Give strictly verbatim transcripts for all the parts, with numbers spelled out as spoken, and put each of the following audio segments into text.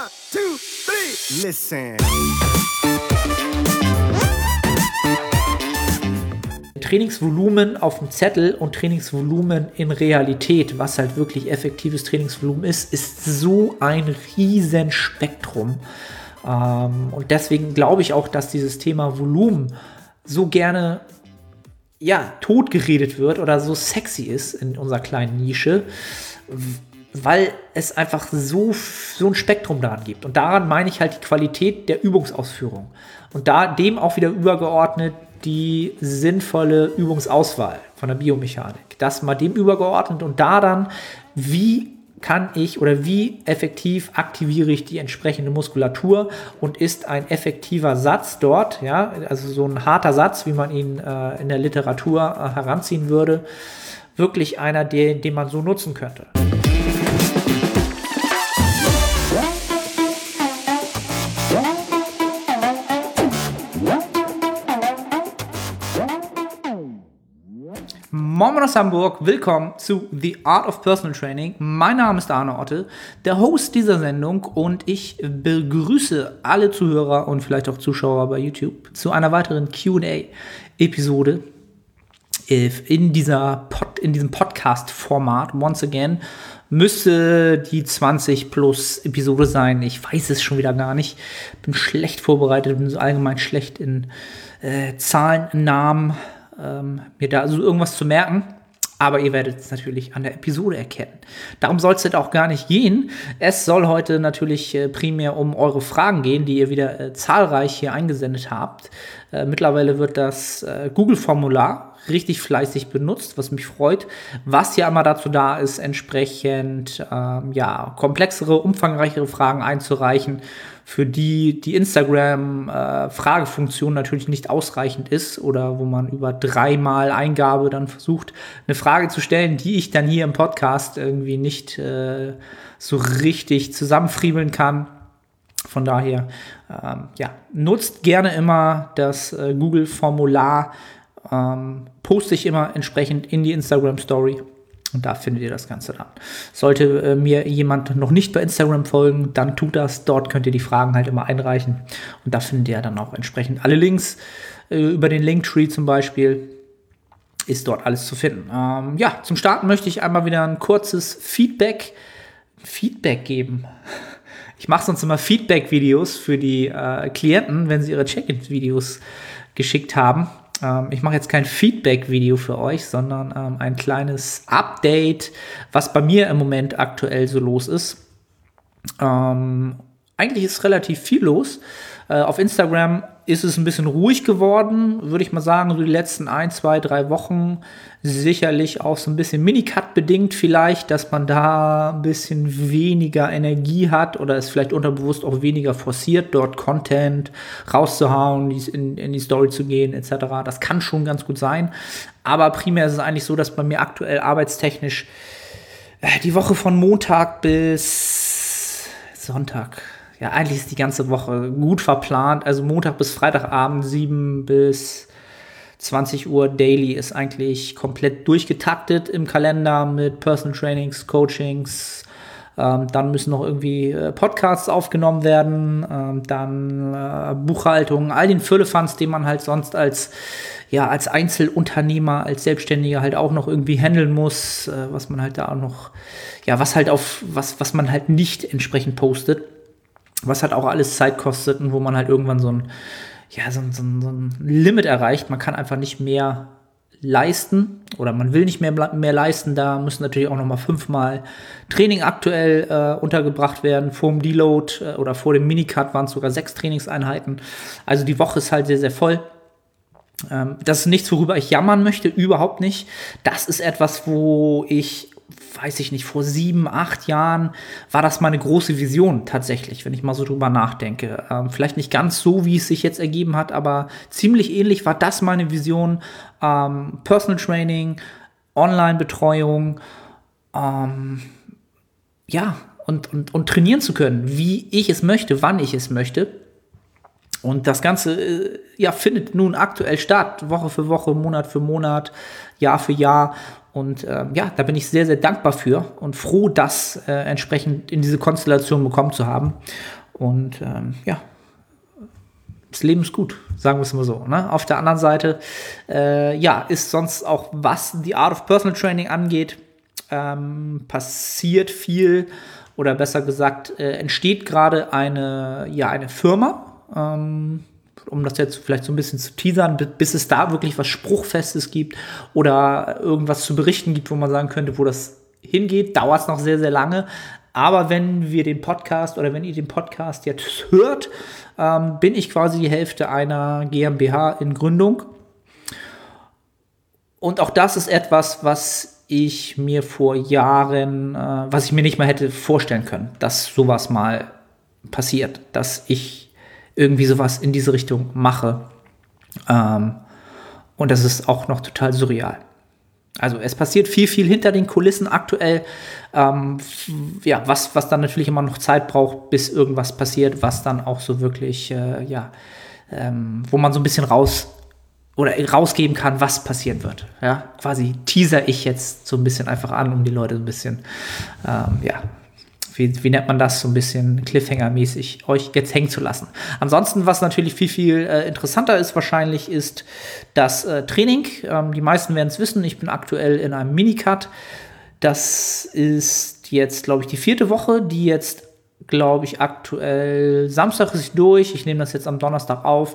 two, three, listen. Trainingsvolumen auf dem Zettel und Trainingsvolumen in Realität, was halt wirklich effektives Trainingsvolumen ist, ist so ein riesen Spektrum. Ähm, und deswegen glaube ich auch, dass dieses Thema Volumen so gerne ja, totgeredet wird oder so sexy ist in unserer kleinen Nische, weil es einfach so, so ein Spektrum daran gibt. Und daran meine ich halt die Qualität der Übungsausführung. Und da dem auch wieder übergeordnet die sinnvolle Übungsauswahl von der Biomechanik. Das mal dem übergeordnet und da dann, wie kann ich oder wie effektiv aktiviere ich die entsprechende Muskulatur und ist ein effektiver Satz dort, ja, also so ein harter Satz, wie man ihn äh, in der Literatur äh, heranziehen würde, wirklich einer, den, den man so nutzen könnte. Moin aus Hamburg, willkommen zu The Art of Personal Training. Mein Name ist Arne Otte, der Host dieser Sendung und ich begrüße alle Zuhörer und vielleicht auch Zuschauer bei YouTube zu einer weiteren Q und A-Episode in, dieser Pod, in diesem Podcast-Format. Once again müsste die zwanzig plus Episode sein. Ich weiß es schon wieder gar nicht. Bin schlecht vorbereitet, bin so allgemein schlecht in äh, Zahlen, Namen, Ähm, mir da also irgendwas zu merken, aber ihr werdet es natürlich an der Episode erkennen. Darum soll es jetzt auch gar nicht gehen. Es soll heute natürlich äh, primär um eure Fragen gehen, die ihr wieder äh, zahlreich hier eingesendet habt. Äh, mittlerweile wird das äh, Google-Formular richtig fleißig benutzt, was mich freut, was ja immer dazu da ist, entsprechend ähm, ja, komplexere, umfangreichere Fragen einzureichen, für die die Instagram-Fragefunktion äh, natürlich nicht ausreichend ist oder wo man über dreimal Eingabe dann versucht, eine Frage zu stellen, die ich dann hier im Podcast irgendwie nicht äh, so richtig zusammenfriemeln kann. Von daher, ähm, ja, nutzt gerne immer das äh, Google-Formular, ähm, poste ich immer entsprechend in die Instagram-Story. Und da findet ihr das Ganze dann. Sollte äh, mir jemand noch nicht bei Instagram folgen, dann tut das. Dort könnt ihr die Fragen halt immer einreichen. Und da findet ihr dann auch entsprechend alle Links. Äh, über den Linktree zum Beispiel ist dort alles zu finden. Ähm, ja, zum Starten möchte ich einmal wieder ein kurzes Feedback, Feedback geben. Ich mache sonst immer Feedback-Videos für die äh, Klienten, wenn sie ihre Check-in-Videos geschickt haben. Ich mache jetzt kein Feedback-Video für euch, sondern ähm, ein kleines Update, was bei mir im Moment aktuell so los ist. Ähm, eigentlich ist relativ viel los. Äh, auf Instagram ist es ein bisschen ruhig geworden, würde ich mal sagen, so die letzten ein, zwei, drei Wochen. Sicherlich auch so ein bisschen Minicut bedingt vielleicht, dass man da ein bisschen weniger Energie hat oder es vielleicht unterbewusst auch weniger forciert, dort Content rauszuhauen, in, in die Story zu gehen et cetera. Das kann schon ganz gut sein. Aber primär ist es eigentlich so, dass bei mir aktuell arbeitstechnisch die Woche von Montag bis Sonntag, ja, eigentlich ist die ganze Woche gut verplant. Also Montag bis Freitagabend, sieben bis zwanzig Uhr Daily ist eigentlich komplett durchgetaktet im Kalender mit Personal Trainings, Coachings. Ähm, dann müssen noch irgendwie äh, Podcasts aufgenommen werden. Ähm, dann äh, Buchhaltung, all den Firlefanz, den man halt sonst als, ja, als Einzelunternehmer, als Selbstständiger halt auch noch irgendwie handeln muss. Äh, was man halt da auch noch, ja, was halt auf, was, was man halt nicht entsprechend postet. Was halt auch alles Zeit kostet und wo man halt irgendwann so ein, ja, so ein, so ein, so ein Limit erreicht. Man kann einfach nicht mehr leisten oder man will nicht mehr, mehr leisten. Da müssen natürlich auch noch mal fünfmal Training aktuell äh, untergebracht werden. Vor dem Deload äh, oder vor dem Minicut waren es sogar sechs Trainingseinheiten. Also die Woche ist halt sehr, sehr voll. Ähm, das ist nichts, worüber ich jammern möchte, überhaupt nicht. Das ist etwas, wo ich weiß ich nicht, vor sieben, acht Jahren war das meine große Vision tatsächlich, wenn ich mal so drüber nachdenke. Ähm, vielleicht nicht ganz so, wie es sich jetzt ergeben hat, aber ziemlich ähnlich war das meine Vision. Ähm, Personal Training, Online-Betreuung, ähm, ja, und, und, und trainieren zu können, wie ich es möchte, wann ich es möchte. Und das Ganze äh, ja, findet nun aktuell statt, Woche für Woche, Monat für Monat, Jahr für Jahr. Und äh, ja, da bin ich sehr, sehr dankbar für und froh, das äh, entsprechend in diese Konstellation bekommen zu haben. Und ähm, ja, das Leben ist gut, sagen wir es mal so. Ne? Auf der anderen Seite, äh, ja, ist sonst auch, was die Art of Personal Training angeht, ähm, passiert viel oder besser gesagt, äh, entsteht gerade eine, ja, eine Firma, ähm, um das jetzt vielleicht so ein bisschen zu teasern, bis es da wirklich was Spruchfestes gibt oder irgendwas zu berichten gibt, wo man sagen könnte, wo das hingeht, dauert es noch sehr, sehr lange. Aber wenn wir den Podcast oder wenn ihr den Podcast jetzt hört, ähm, bin ich quasi die Hälfte einer GmbH in Gründung. Und auch das ist etwas, was ich mir vor Jahren, äh, was ich mir nicht mal hätte vorstellen können, dass sowas mal passiert, dass ich irgendwie sowas in diese Richtung mache. Ähm, und das ist auch noch total surreal. Also es passiert viel, viel hinter den Kulissen aktuell, ähm, ja, was, was dann natürlich immer noch Zeit braucht, bis irgendwas passiert, was dann auch so wirklich, äh, ja, ähm, wo man so ein bisschen raus oder rausgeben kann, was passieren wird. Ja, quasi teaser ich jetzt so ein bisschen einfach an, um die Leute so ein bisschen, ähm, ja, Wie, wie nennt man das, so ein bisschen Cliffhanger-mäßig euch jetzt hängen zu lassen. Ansonsten, was natürlich viel, viel äh, interessanter ist wahrscheinlich, ist das äh, Training. Ähm, die meisten werden es wissen, ich bin aktuell in einem Minicut. Das ist jetzt, glaube ich, die vierte Woche, die jetzt, glaube ich, aktuell Samstag ist durch. Ich nehme das jetzt am Donnerstag auf.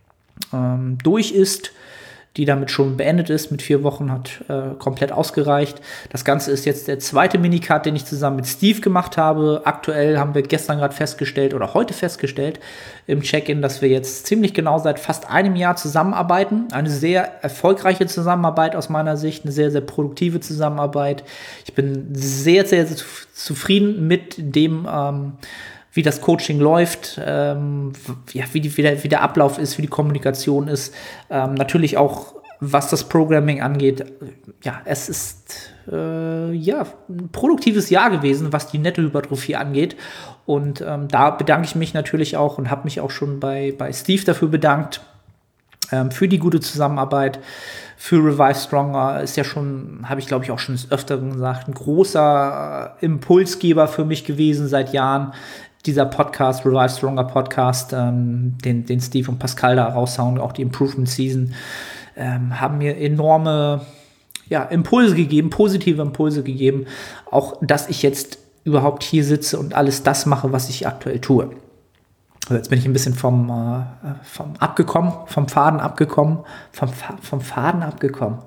Ähm, durch ist, die damit schon beendet ist, mit vier Wochen, hat äh, komplett ausgereicht. Das Ganze ist jetzt der zweite Minicut, den ich zusammen mit Steve gemacht habe. Aktuell haben wir gestern gerade festgestellt oder heute festgestellt im Check-in, dass wir jetzt ziemlich genau seit fast einem Jahr zusammenarbeiten. Eine sehr erfolgreiche Zusammenarbeit aus meiner Sicht, eine sehr, sehr produktive Zusammenarbeit. Ich bin sehr, sehr, sehr zufrieden mit dem, ähm, wie das Coaching läuft, ähm, ja, wie, die, wie, der, wie der Ablauf ist, wie die Kommunikation ist. Ähm, natürlich auch, was das Programming angeht. Ja, es ist äh, ja, ein produktives Jahr gewesen, was die Nettohypertrophie angeht. Und ähm, da bedanke ich mich natürlich auch und habe mich auch schon bei, bei Steve dafür bedankt, ähm, für die gute Zusammenarbeit. Für Revive Stronger ist ja schon, habe ich glaube ich auch schon des Öfteren gesagt, ein großer äh, Impulsgeber für mich gewesen seit Jahren. Dieser Podcast, Revive Stronger Podcast, ähm, den, den Steve und Pascal da raushauen, auch die Improvement Season, ähm, haben mir enorme ja, Impulse gegeben, positive Impulse gegeben. Auch, dass ich jetzt überhaupt hier sitze und alles das mache, was ich aktuell tue. Also jetzt bin ich ein bisschen vom, äh, vom abgekommen, vom Faden abgekommen, vom, vom Faden abgekommen.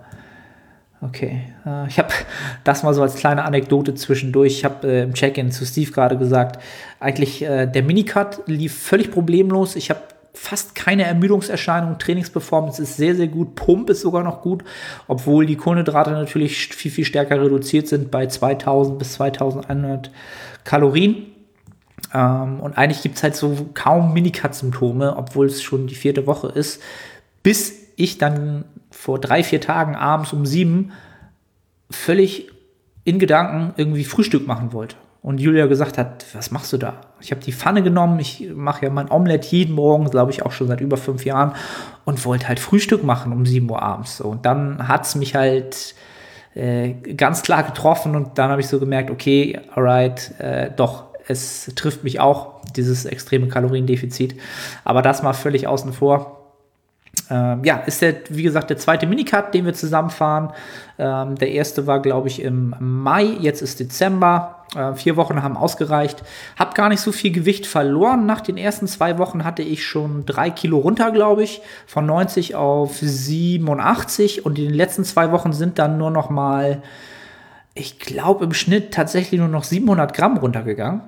Okay, äh, ich habe das mal so als kleine Anekdote zwischendurch. Ich habe äh, im Check-in zu Steve gerade gesagt, eigentlich äh, der Minicut lief völlig problemlos. Ich habe fast keine Ermüdungserscheinungen. Trainingsperformance ist sehr, sehr gut. Pump ist sogar noch gut, obwohl die Kohlenhydrate natürlich viel, viel stärker reduziert sind bei zweitausend bis zweitausendeinhundert Kalorien. Ähm, und eigentlich gibt es halt so kaum Minicut-Symptome, obwohl es schon die vierte Woche ist, bis ich dann vor drei, vier Tagen abends um sieben völlig in Gedanken irgendwie Frühstück machen wollte. Und Julia gesagt hat, was machst du da? Ich habe die Pfanne genommen, ich mache ja mein Omelett jeden Morgen, glaube ich auch schon seit über fünf Jahren und wollte halt Frühstück machen um sieben Uhr abends. Und dann hat es mich halt äh, ganz klar getroffen und dann habe ich so gemerkt, okay, alright, äh, doch, es trifft mich auch, dieses extreme Kaloriendefizit. Aber das mal völlig außen vor. Ähm, ja, ist der, wie gesagt, der zweite Minicut, den wir zusammenfahren. Ähm, der erste war, glaube ich, im Mai, jetzt ist Dezember. Äh, vier Wochen haben ausgereicht. Hab gar nicht so viel Gewicht verloren. Nach den ersten zwei Wochen hatte ich schon drei Kilo runter, glaube ich, von neunzig auf siebenundachtzig. Und in den letzten zwei Wochen sind dann nur noch mal, ich glaube, im Schnitt tatsächlich nur noch siebenhundert Gramm runtergegangen.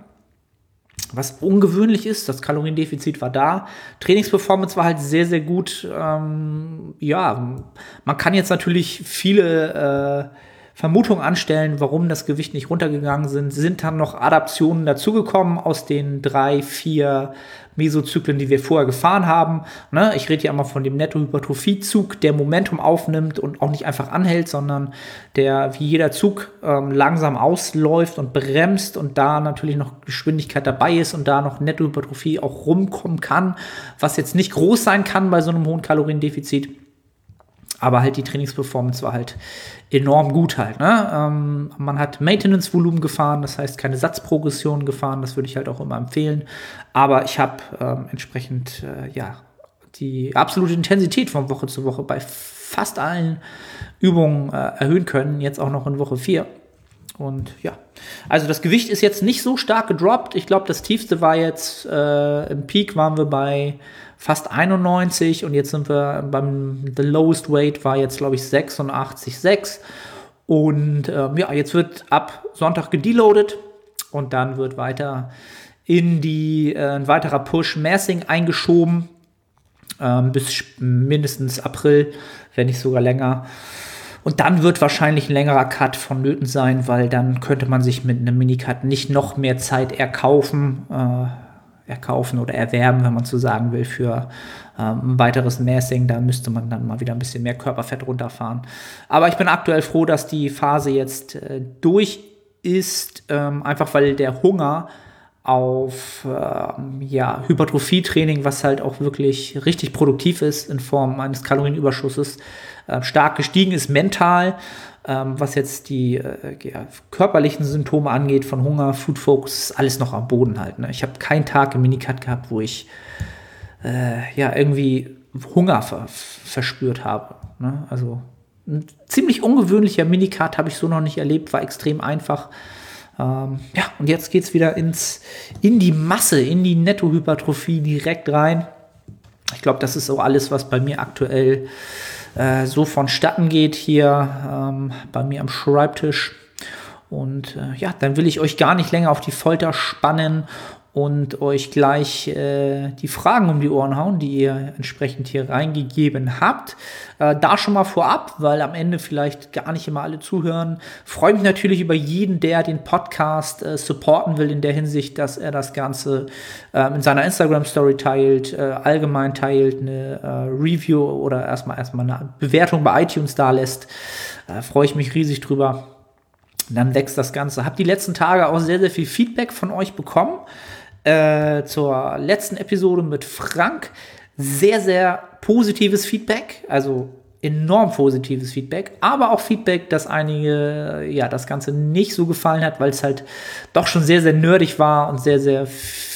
Was ungewöhnlich ist, das Kaloriendefizit war da. Trainingsperformance war halt sehr, sehr gut. Ähm, ja, man kann jetzt natürlich viele äh, Vermutungen anstellen, warum das Gewicht nicht runtergegangen sind. Sind dann noch Adaptionen dazugekommen aus den drei, vier Mesozyklen, die wir vorher gefahren haben. Ne? Ich rede hier einmal von dem Nettohypertrophiezug, der Momentum aufnimmt und auch nicht einfach anhält, sondern der wie jeder Zug ähm, langsam ausläuft und bremst und da natürlich noch Geschwindigkeit dabei ist und da noch Nettohypertrophie auch rumkommen kann, was jetzt nicht groß sein kann bei so einem hohen Kaloriendefizit. Aber halt die Trainingsperformance war halt enorm gut halt. Ne? Ähm, man hat Maintenance-Volumen gefahren, das heißt keine Satzprogression gefahren, das würde ich halt auch immer empfehlen. Aber ich habe ähm, entsprechend äh, ja, die absolute Intensität von Woche zu Woche bei fast allen Übungen äh, erhöhen können, jetzt auch noch in Woche vier. Und ja, also das Gewicht ist jetzt nicht so stark gedroppt. Ich glaube, das tiefste war jetzt, äh, im Peak waren wir bei fast einundneunzig und jetzt sind wir beim, the lowest weight war jetzt, glaube ich, sechsundachtzig Komma sechs. Und ähm, ja, jetzt wird ab Sonntag gedeloadet und dann wird weiter in die, äh, ein weiterer Push Massing eingeschoben, ähm, bis mindestens April, wenn nicht sogar länger. Und dann wird wahrscheinlich ein längerer Cut vonnöten sein, weil dann könnte man sich mit einem Minicut nicht noch mehr Zeit erkaufen, äh, erkaufen oder erwerben, wenn man so sagen will, für ähm, ein weiteres Massing. Da müsste man dann mal wieder ein bisschen mehr Körperfett runterfahren. Aber ich bin aktuell froh, dass die Phase jetzt äh, durch ist, ähm, einfach weil der Hunger auf ähm, ja, Hypertrophie-Training, was halt auch wirklich richtig produktiv ist in Form eines Kalorienüberschusses, äh, stark gestiegen ist mental, ähm, was jetzt die äh, ja, körperlichen Symptome angeht von Hunger, Food Focus, ist alles noch am Boden halt. Ne? Ich habe keinen Tag im Minicut gehabt, wo ich äh, ja irgendwie Hunger ver- verspürt habe. Ne? Also ein ziemlich ungewöhnlicher Minicut habe ich so noch nicht erlebt, war extrem einfach. Ähm, ja, und jetzt geht es wieder ins, in die Masse, in die Nettohypertrophie direkt rein. Ich glaube, das ist so alles, was bei mir aktuell äh, so vonstatten geht hier ähm, bei mir am Schreibtisch. Und äh, ja, dann will ich euch gar nicht länger auf die Folter spannen und euch gleich äh, die Fragen um die Ohren hauen, die ihr entsprechend hier reingegeben habt. Äh, da schon mal vorab, weil am Ende vielleicht gar nicht immer alle zuhören. Freue mich natürlich über jeden, der den Podcast äh, supporten will, in der Hinsicht, dass er das Ganze äh, in seiner Instagram-Story teilt, äh, allgemein teilt, eine äh, Review oder erstmal erstmal eine Bewertung bei iTunes da lässt. Äh, freue ich mich riesig drüber. Dann wächst das Ganze. Hab die letzten Tage auch sehr, sehr viel Feedback von euch bekommen. Äh, zur letzten Episode mit Frank. Sehr, sehr positives Feedback, also enorm positives Feedback, aber auch Feedback, dass einige ja das Ganze nicht so gefallen hat, weil es halt doch schon sehr, sehr nerdig war und sehr, sehr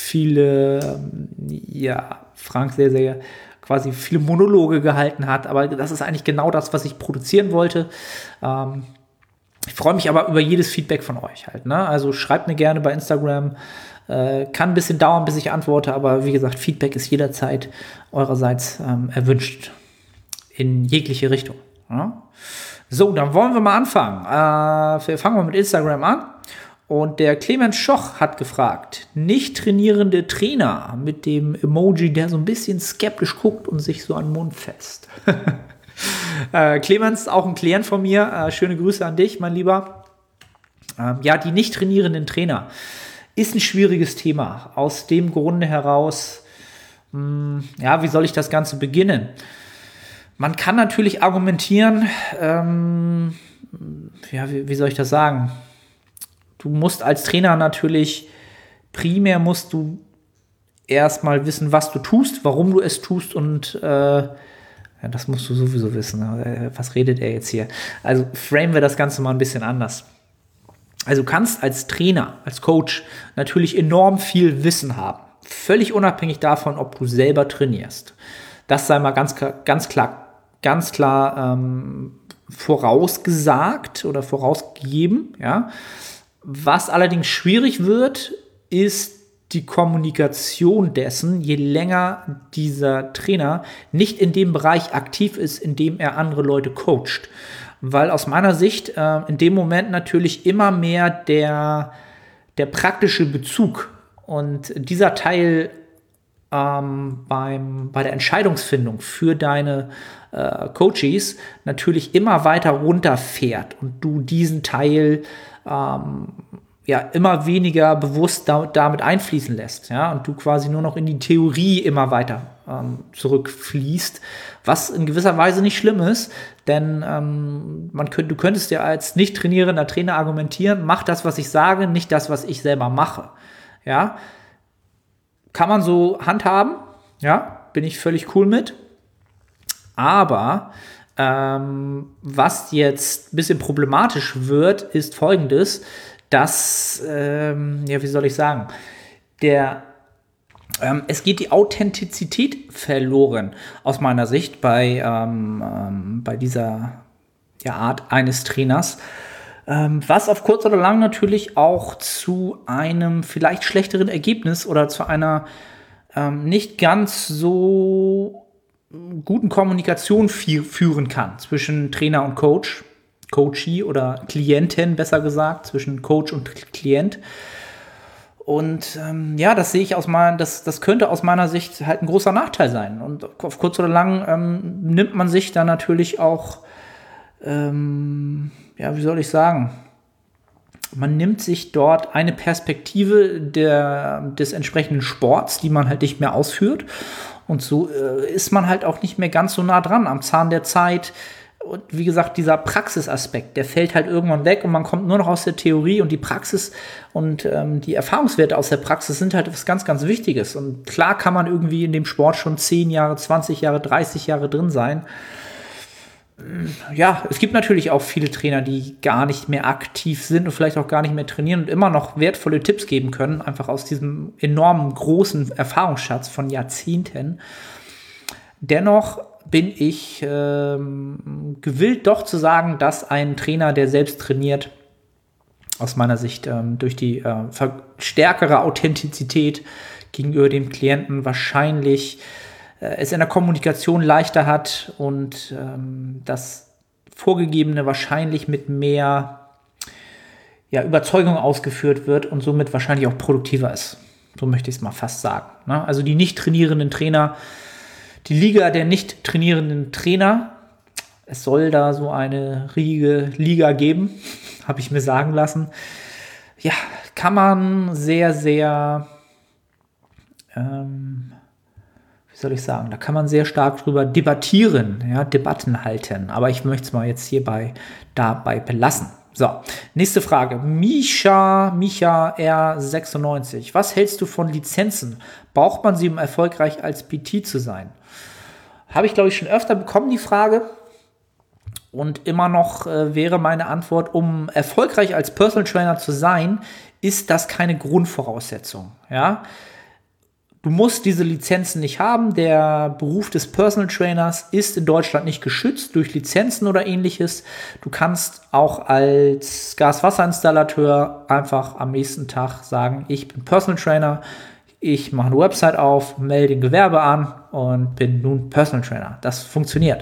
viele, ja, Frank sehr, sehr quasi viele Monologe gehalten hat, aber das ist eigentlich genau das, was ich produzieren wollte. Ähm, ich freue mich aber über jedes Feedback von euch halt, ne? Also schreibt mir gerne bei Instagram. Äh, kann ein bisschen dauern, bis ich antworte, aber wie gesagt, Feedback ist jederzeit eurerseits ähm, erwünscht. In jegliche Richtung. Ja? So, dann wollen wir mal anfangen. Äh, wir fangen mal mit Instagram an. Und der Clemens Schoch hat gefragt, nicht trainierende Trainer mit dem Emoji, der so ein bisschen skeptisch guckt und sich so an den Mund fest. äh, Clemens, auch ein Klient von mir. Äh, schöne Grüße an dich, mein Lieber. Ähm, ja, die nicht trainierenden Trainer. Ist ein schwieriges Thema. Aus dem Grunde heraus, mh, ja, wie soll ich das Ganze beginnen? Man kann natürlich argumentieren, ähm, ja, wie, wie soll ich das sagen? Du musst als Trainer natürlich, primär musst du erstmal wissen, was du tust, warum du es tust und äh, ja, das musst du sowieso wissen. Was redet er jetzt hier? Also framen wir das Ganze mal ein bisschen anders. Also du kannst als Trainer, als Coach natürlich enorm viel Wissen haben. Völlig unabhängig davon, ob du selber trainierst. Das sei mal ganz, ganz klar, ganz klar ähm, vorausgesagt oder vorausgegeben. Ja. Was allerdings schwierig wird, ist die Kommunikation dessen, je länger dieser Trainer nicht in dem Bereich aktiv ist, in dem er andere Leute coacht. Weil aus meiner Sicht äh, in dem Moment natürlich immer mehr der, der praktische Bezug und dieser Teil ähm, beim, bei der Entscheidungsfindung für deine äh, Coaches natürlich immer weiter runterfährt und du diesen Teil ähm, ja immer weniger bewusst da, damit einfließen lässt, ja, und du quasi nur noch in die Theorie immer weiter ähm, zurückfließt, was in gewisser Weise nicht schlimm ist, denn ähm, man könnt, du könntest ja als nicht trainierender Trainer argumentieren, mach das, was ich sage, nicht das, was ich selber mache, ja, kann man so handhaben, ja, bin ich völlig cool mit, aber Ähm, was jetzt ein bisschen problematisch wird, ist Folgendes, dass, ähm, ja, wie soll ich sagen, der, ähm, es geht die Authentizität verloren, aus meiner Sicht, bei, ähm, ähm, bei dieser ja, Art eines Trainers, ähm, was auf kurz oder lang natürlich auch zu einem vielleicht schlechteren Ergebnis oder zu einer ähm, nicht ganz so guten Kommunikation fü- führen kann zwischen Trainer und Coach, Coachee oder Klientin, besser gesagt, zwischen Coach und Klient. Und ähm, ja, das sehe ich aus meiner, das, das könnte aus meiner Sicht halt ein großer Nachteil sein. Und auf kurz oder lang ähm, nimmt man sich dann natürlich auch, ähm, ja, wie soll ich sagen, man nimmt sich dort eine Perspektive der, des entsprechenden Sports, die man halt nicht mehr ausführt. Und so äh, ist man halt auch nicht mehr ganz so nah dran am Zahn der Zeit. Und wie gesagt, dieser Praxisaspekt, der fällt halt irgendwann weg und man kommt nur noch aus der Theorie, und die Praxis und ähm, die Erfahrungswerte aus der Praxis sind halt was ganz, ganz Wichtiges. Und klar kann man irgendwie in dem Sport schon zehn Jahre, zwanzig Jahre, dreißig Jahre drin sein. Ja, es gibt natürlich auch viele Trainer, die gar nicht mehr aktiv sind und vielleicht auch gar nicht mehr trainieren und immer noch wertvolle Tipps geben können, einfach aus diesem enormen großen Erfahrungsschatz von Jahrzehnten. Dennoch bin ich ähm, gewillt, doch zu sagen, dass ein Trainer, der selbst trainiert, aus meiner Sicht ähm, durch die äh, stärkere Authentizität gegenüber dem Klienten wahrscheinlich äh, es in der Kommunikation leichter hat und ähm, das Vorgegebene wahrscheinlich mit mehr ja, Überzeugung ausgeführt wird und somit wahrscheinlich auch produktiver ist. So möchte ich es mal fast sagen. Ne? Also die nicht trainierenden Trainer, die Liga der nicht trainierenden Trainer, es soll da so eine riesige Liga geben, habe ich mir sagen lassen. Ja, kann man sehr, sehr, ähm, wie soll ich sagen, da kann man sehr stark drüber debattieren, ja, Debatten halten. Aber ich möchte es mal jetzt hierbei dabei belassen. So, nächste Frage. Misha, Micha R sechsundneunzig. Was hältst du von Lizenzen? Braucht man sie, um erfolgreich als P T zu sein? Habe ich, glaube ich, schon öfter bekommen, die Frage. Und immer noch äh, wäre meine Antwort, um erfolgreich als Personal Trainer zu sein, ist das keine Grundvoraussetzung. Ja? Du musst diese Lizenzen nicht haben. Der Beruf des Personal Trainers ist in Deutschland nicht geschützt durch Lizenzen oder ähnliches. Du kannst auch als Gas-Wasser-Installateur einfach am nächsten Tag sagen, ich bin Personal Trainer, ich mache eine Website auf, melde ein Gewerbe an und bin nun Personal Trainer. Das funktioniert.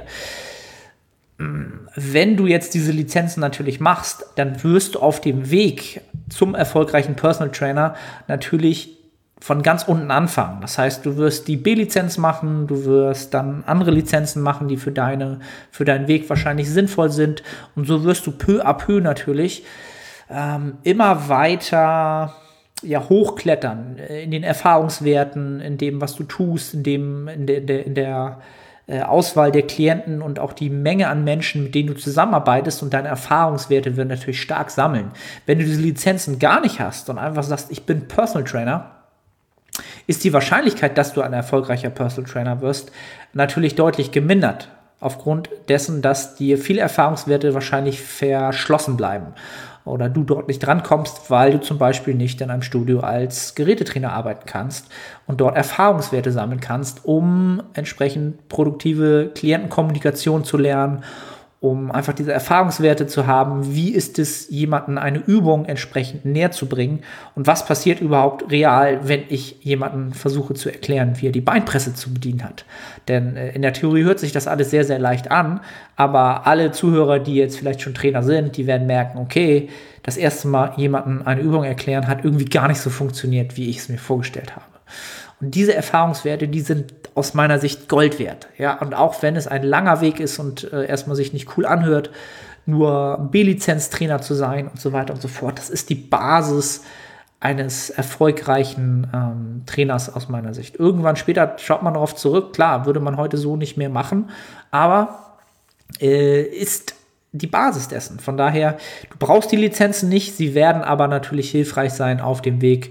Wenn du jetzt diese Lizenzen natürlich machst, dann wirst du auf dem Weg zum erfolgreichen Personal Trainer natürlich von ganz unten anfangen. Das heißt, du wirst die B-Lizenz machen, du wirst dann andere Lizenzen machen, die für deine, für deinen Weg wahrscheinlich sinnvoll sind. Und so wirst du peu à peu natürlich ähm, immer weiter ja, hochklettern in den Erfahrungswerten, in dem, was du tust, in dem, in der, in der, in der äh, Auswahl der Klienten und auch die Menge an Menschen, mit denen du zusammenarbeitest, und deine Erfahrungswerte werden natürlich stark sammeln. Wenn du diese Lizenzen gar nicht hast und einfach sagst, ich bin Personal Trainer, ist die Wahrscheinlichkeit, dass du ein erfolgreicher Personal Trainer wirst, natürlich deutlich gemindert. Aufgrund dessen, dass dir viele Erfahrungswerte wahrscheinlich verschlossen bleiben. Oder du dort nicht drankommst, weil du zum Beispiel nicht in einem Studio als Gerätetrainer arbeiten kannst und dort Erfahrungswerte sammeln kannst, um entsprechend produktive Klientenkommunikation zu lernen, um einfach diese Erfahrungswerte zu haben, wie ist es, jemanden eine Übung entsprechend näher zu bringen und was passiert überhaupt real, wenn ich jemanden versuche zu erklären, wie er die Beinpresse zu bedienen hat. Denn äh, in der Theorie hört sich das alles sehr, sehr leicht an, aber alle Zuhörer, die jetzt vielleicht schon Trainer sind, die werden merken, okay, das erste Mal jemanden eine Übung erklären hat irgendwie gar nicht so funktioniert, wie ich es mir vorgestellt habe. Und diese Erfahrungswerte, die sind aus meiner Sicht Gold wert. Ja, und auch wenn es ein langer Weg ist und äh, erstmal sich nicht cool anhört, nur B-Lizenz-Trainer zu sein und so weiter und so fort, das ist die Basis eines erfolgreichen ähm, Trainers aus meiner Sicht. Irgendwann später schaut man darauf zurück. Klar, würde man heute so nicht mehr machen, aber äh, ist die Basis dessen. Von daher, du brauchst die Lizenzen nicht, sie werden aber natürlich hilfreich sein auf dem Weg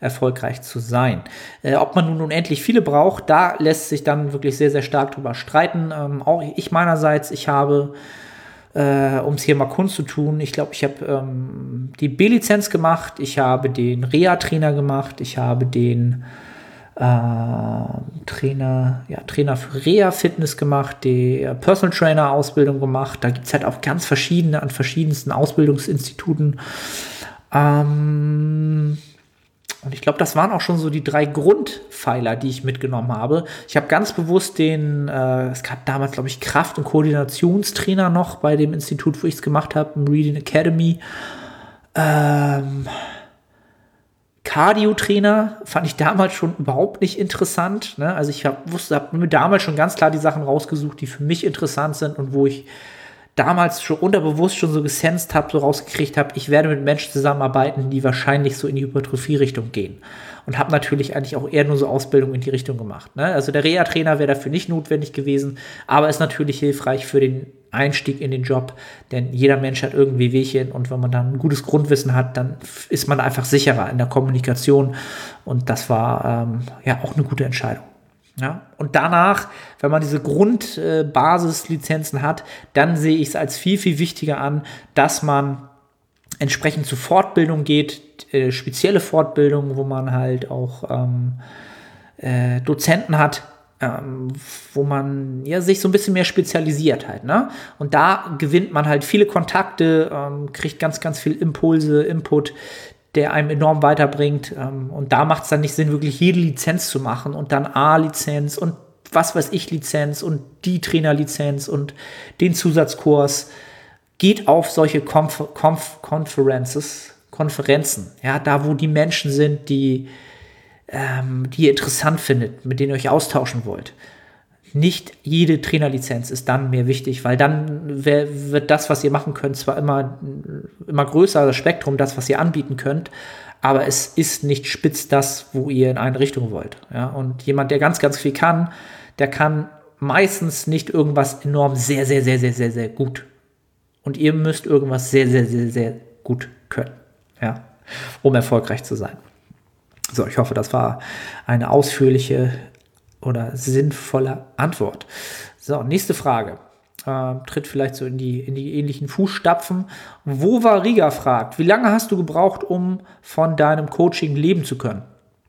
erfolgreich zu sein. Äh, ob man nun unendlich viele braucht, da lässt sich dann wirklich sehr, sehr stark drüber streiten. Ähm, auch ich meinerseits, ich habe, äh, um es hier mal kundzutun, ich glaube, ich habe ähm, die B-Lizenz gemacht, ich habe den Reha-Trainer gemacht, ich habe den äh, Trainer, ja, Trainer für Reha-Fitness gemacht, die Personal Trainer-Ausbildung gemacht. Da gibt es halt auch ganz verschiedene, an verschiedensten Ausbildungsinstituten. Ähm, und ich glaube, das waren auch schon so die drei Grundpfeiler, die ich mitgenommen habe. Ich habe ganz bewusst den, äh, es gab damals, glaube ich, Kraft- und Koordinationstrainer noch bei dem Institut, wo ich es gemacht habe, im Reading Academy. Ähm, Cardio-Trainer fand ich damals schon überhaupt nicht interessant. Ne? Also ich hab, wusste, habe mir damals schon ganz klar die Sachen rausgesucht, die für mich interessant sind und wo ich damals schon unterbewusst schon so gesensed habe, so rausgekriegt habe, ich werde mit Menschen zusammenarbeiten, die wahrscheinlich so in die Hypertrophie-Richtung gehen. Und habe natürlich eigentlich auch eher nur so Ausbildung in die Richtung gemacht. Ne? Also der Reha-Trainer wäre dafür nicht notwendig gewesen, aber ist natürlich hilfreich für den Einstieg in den Job, denn jeder Mensch hat irgendwie Wehchen und wenn man dann ein gutes Grundwissen hat, dann ist man einfach sicherer in der Kommunikation und das war ähm, ja auch eine gute Entscheidung. Ja? Und danach, wenn man diese Grundbasislizenzen äh, hat, dann sehe ich es als viel, viel wichtiger an, dass man entsprechend zu Fortbildung geht, äh, spezielle Fortbildung, wo man halt auch ähm, äh, Dozenten hat, ähm, wo man ja, sich so ein bisschen mehr spezialisiert halt, ne? Und da gewinnt man halt viele Kontakte, ähm, kriegt ganz, ganz viel Impulse, Input, der einem enorm weiterbringt. Ähm, und da macht es dann nicht Sinn, wirklich jede Lizenz zu machen und dann A-Lizenz und was weiß ich Lizenz und die Trainerlizenz und den Zusatzkurs. Geht auf solche Konf- Konf- Conferences, Konferenzen, ja, da wo die Menschen sind, die, ähm, die ihr interessant findet, mit denen ihr euch austauschen wollt. Nicht jede Trainerlizenz ist dann mehr wichtig, weil dann wär, wird das, was ihr machen könnt, zwar immer, immer größer, das Spektrum, das, was ihr anbieten könnt, aber es ist nicht spitz das, wo ihr in eine Richtung wollt. Ja? Und jemand, der ganz, ganz viel kann, der kann meistens nicht irgendwas enorm sehr, sehr, sehr, sehr, sehr, sehr gut. Und ihr müsst irgendwas sehr, sehr, sehr, sehr gut können, ja, um erfolgreich zu sein. So, ich hoffe, das war eine ausführliche oder sinnvolle Antwort. So, nächste Frage. Äh, tritt vielleicht so in die, in die ähnlichen Fußstapfen. Wova Riga fragt, wie lange hast du gebraucht, um von deinem Coaching leben zu können?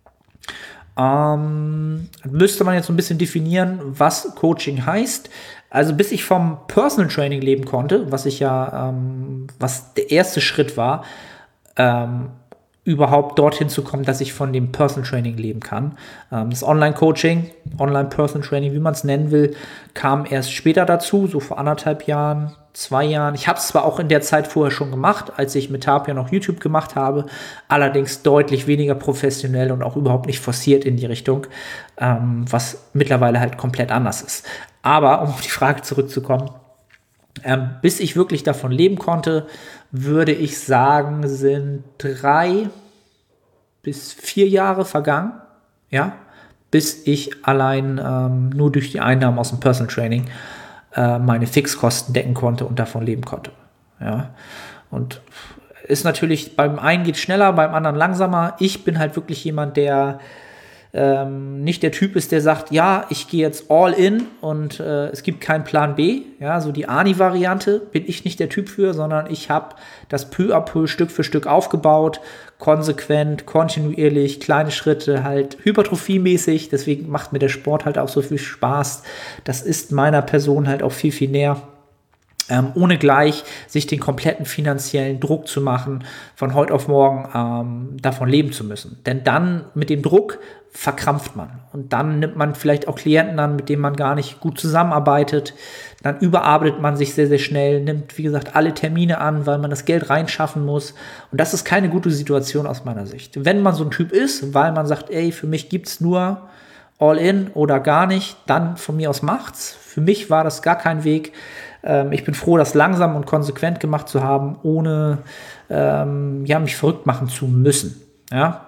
Ähm, müsste man jetzt so ein bisschen definieren, was Coaching heißt. Also bis ich vom Personal Training leben konnte, was ich ja, ähm, was der erste Schritt war, ähm, überhaupt dorthin zu kommen, dass ich von dem Personal Training leben kann. Ähm, das Online-Coaching, Online-Personal Training, wie man es nennen will, kam erst später dazu, so vor anderthalb Jahren, zwei Jahren. Ich habe es zwar auch in der Zeit vorher schon gemacht, als ich mit Tapia noch YouTube gemacht habe, allerdings deutlich weniger professionell und auch überhaupt nicht forciert in die Richtung, ähm, was mittlerweile halt komplett anders ist. Aber, um auf die Frage zurückzukommen, ähm, bis ich wirklich davon leben konnte, würde ich sagen, sind drei bis vier Jahre vergangen, ja, bis ich allein ähm, nur durch die Einnahmen aus dem Personal Training äh, meine Fixkosten decken konnte und davon leben konnte, ja. Und ist natürlich, beim einen geht schneller, beim anderen langsamer. Ich bin halt wirklich jemand, der Ähm, nicht der Typ ist, der sagt, ja, ich gehe jetzt all in und äh, es gibt keinen Plan B. Ja, so die Ani-Variante bin ich nicht der Typ für, sondern ich habe das peu à peu, Stück für Stück aufgebaut, konsequent, kontinuierlich, kleine Schritte, halt hypertrophiemäßig. Deswegen macht mir der Sport halt auch so viel Spaß. Das ist meiner Person halt auch viel, viel näher. Ähm, ohne gleich sich den kompletten finanziellen Druck zu machen, von heute auf morgen ähm, davon leben zu müssen. Denn dann mit dem Druck verkrampft man. Und dann nimmt man vielleicht auch Klienten an, mit denen man gar nicht gut zusammenarbeitet. Dann überarbeitet man sich sehr, sehr schnell, nimmt, wie gesagt, alle Termine an, weil man das Geld reinschaffen muss. Und das ist keine gute Situation aus meiner Sicht. Wenn man so ein Typ ist, weil man sagt, ey, für mich gibt's nur all in oder gar nicht, dann von mir aus macht's. Für mich war das gar kein Weg. Ähm, ich bin froh, das langsam und konsequent gemacht zu haben, ohne ähm, ja, mich verrückt machen zu müssen. Ja?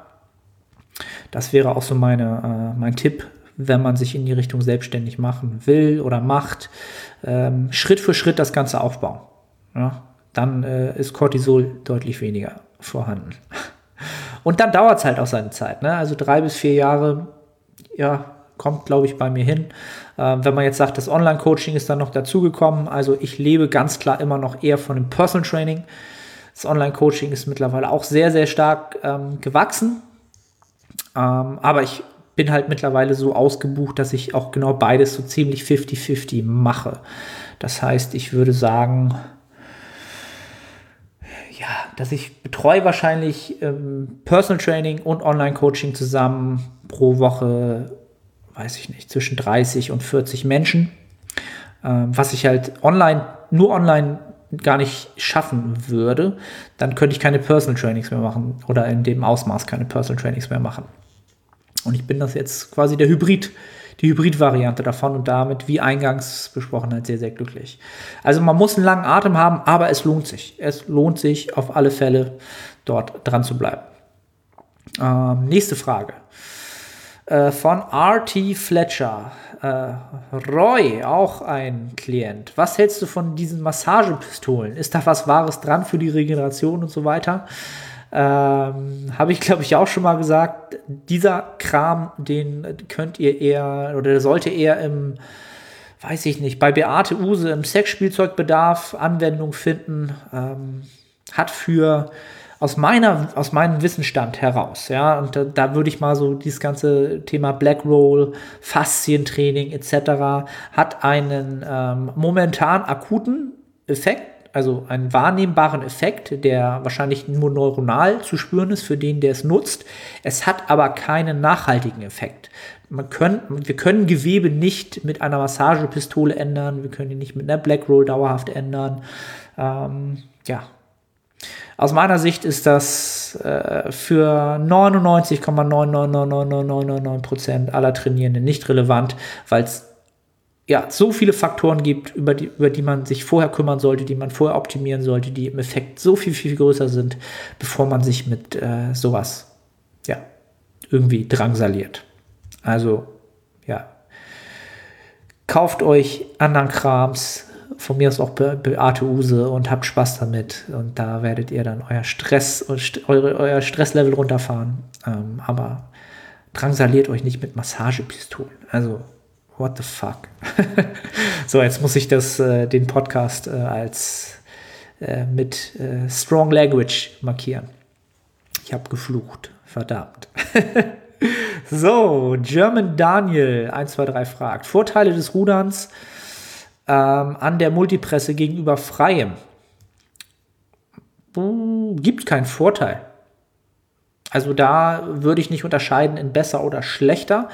Das wäre auch so meine, äh, mein Tipp, wenn man sich in die Richtung selbstständig machen will oder macht. Ähm, Schritt für Schritt das Ganze aufbauen. Ja? Dann äh, ist Cortisol deutlich weniger vorhanden. Und dann dauert es halt auch seine Zeit. Ne? Also drei bis vier Jahre, ja, kommt, glaube ich, bei mir hin. Ähm, wenn man jetzt sagt, das Online-Coaching ist dann noch dazugekommen, also ich lebe ganz klar immer noch eher von dem Personal Training. Das Online-Coaching ist mittlerweile auch sehr, sehr stark ähm, gewachsen. Ähm, aber ich bin halt mittlerweile so ausgebucht, dass ich auch genau beides so ziemlich fünfzig fünfzig mache. Das heißt, ich würde sagen, ja, dass ich betreue wahrscheinlich ähm, Personal Training und Online-Coaching zusammen pro Woche, weiß ich nicht, zwischen dreißig und vierzig Menschen, ähm, was ich halt online, nur online gar nicht schaffen würde, dann könnte ich keine Personal Trainings mehr machen oder in dem Ausmaß keine Personal Trainings mehr machen. Und ich bin das jetzt quasi der Hybrid, die Hybrid-Variante davon und damit, wie eingangs besprochen, halt sehr, sehr glücklich. Also man muss einen langen Atem haben, aber es lohnt sich. Es lohnt sich auf alle Fälle, dort dran zu bleiben. Ähm, nächste Frage. Äh, von R T Fletcher. Äh, Roy, auch ein Klient. Was hältst du von diesen Massagepistolen? Ist da was Wahres dran für die Regeneration und so weiter? Ähm, habe ich, glaube ich, auch schon mal gesagt, dieser Kram, den könnt ihr eher, oder der sollte eher im, weiß ich nicht, bei Beate Uhse im Sexspielzeugbedarf Anwendung finden, ähm, hat für, aus meiner, aus meinem Wissensstand heraus, ja, und da, da würde ich mal so dieses ganze Thema Black Roll, Faszientraining et cetera hat einen ähm, momentan akuten Effekt, also einen wahrnehmbaren Effekt, der wahrscheinlich nur neuronal zu spüren ist für den, der es nutzt. Es hat aber keinen nachhaltigen Effekt. Man können, wir können Gewebe nicht mit einer Massagepistole ändern, wir können ihn nicht mit einer Black Roll dauerhaft ändern. Ähm, ja. Aus meiner Sicht ist das äh, für neunundneunzig Komma neun neun neun neun neun neun neun neun Prozent aller Trainierenden nicht relevant, weil es ja, so viele Faktoren gibt, über die, über die man sich vorher kümmern sollte, die man vorher optimieren sollte, die im Effekt so viel, viel größer sind, bevor man sich mit äh, sowas, ja, irgendwie drangsaliert. Also, ja, kauft euch anderen Krams, von mir aus auch Be- Beate Uhse und habt Spaß damit und da werdet ihr dann euer Stress, eure, euer Stresslevel runterfahren, ähm, aber drangsaliert euch nicht mit Massagepistolen, also what the fuck? So, jetzt muss ich das, äh, den Podcast äh, als äh, mit äh, Strong Language markieren. Ich habe geflucht. Verdammt. So, German Daniel eins zwei drei fragt. Vorteile des Ruderns ähm, an der Multipresse gegenüber Freiem. Uh, gibt keinen Vorteil. Also da würde ich nicht unterscheiden in besser oder schlechter.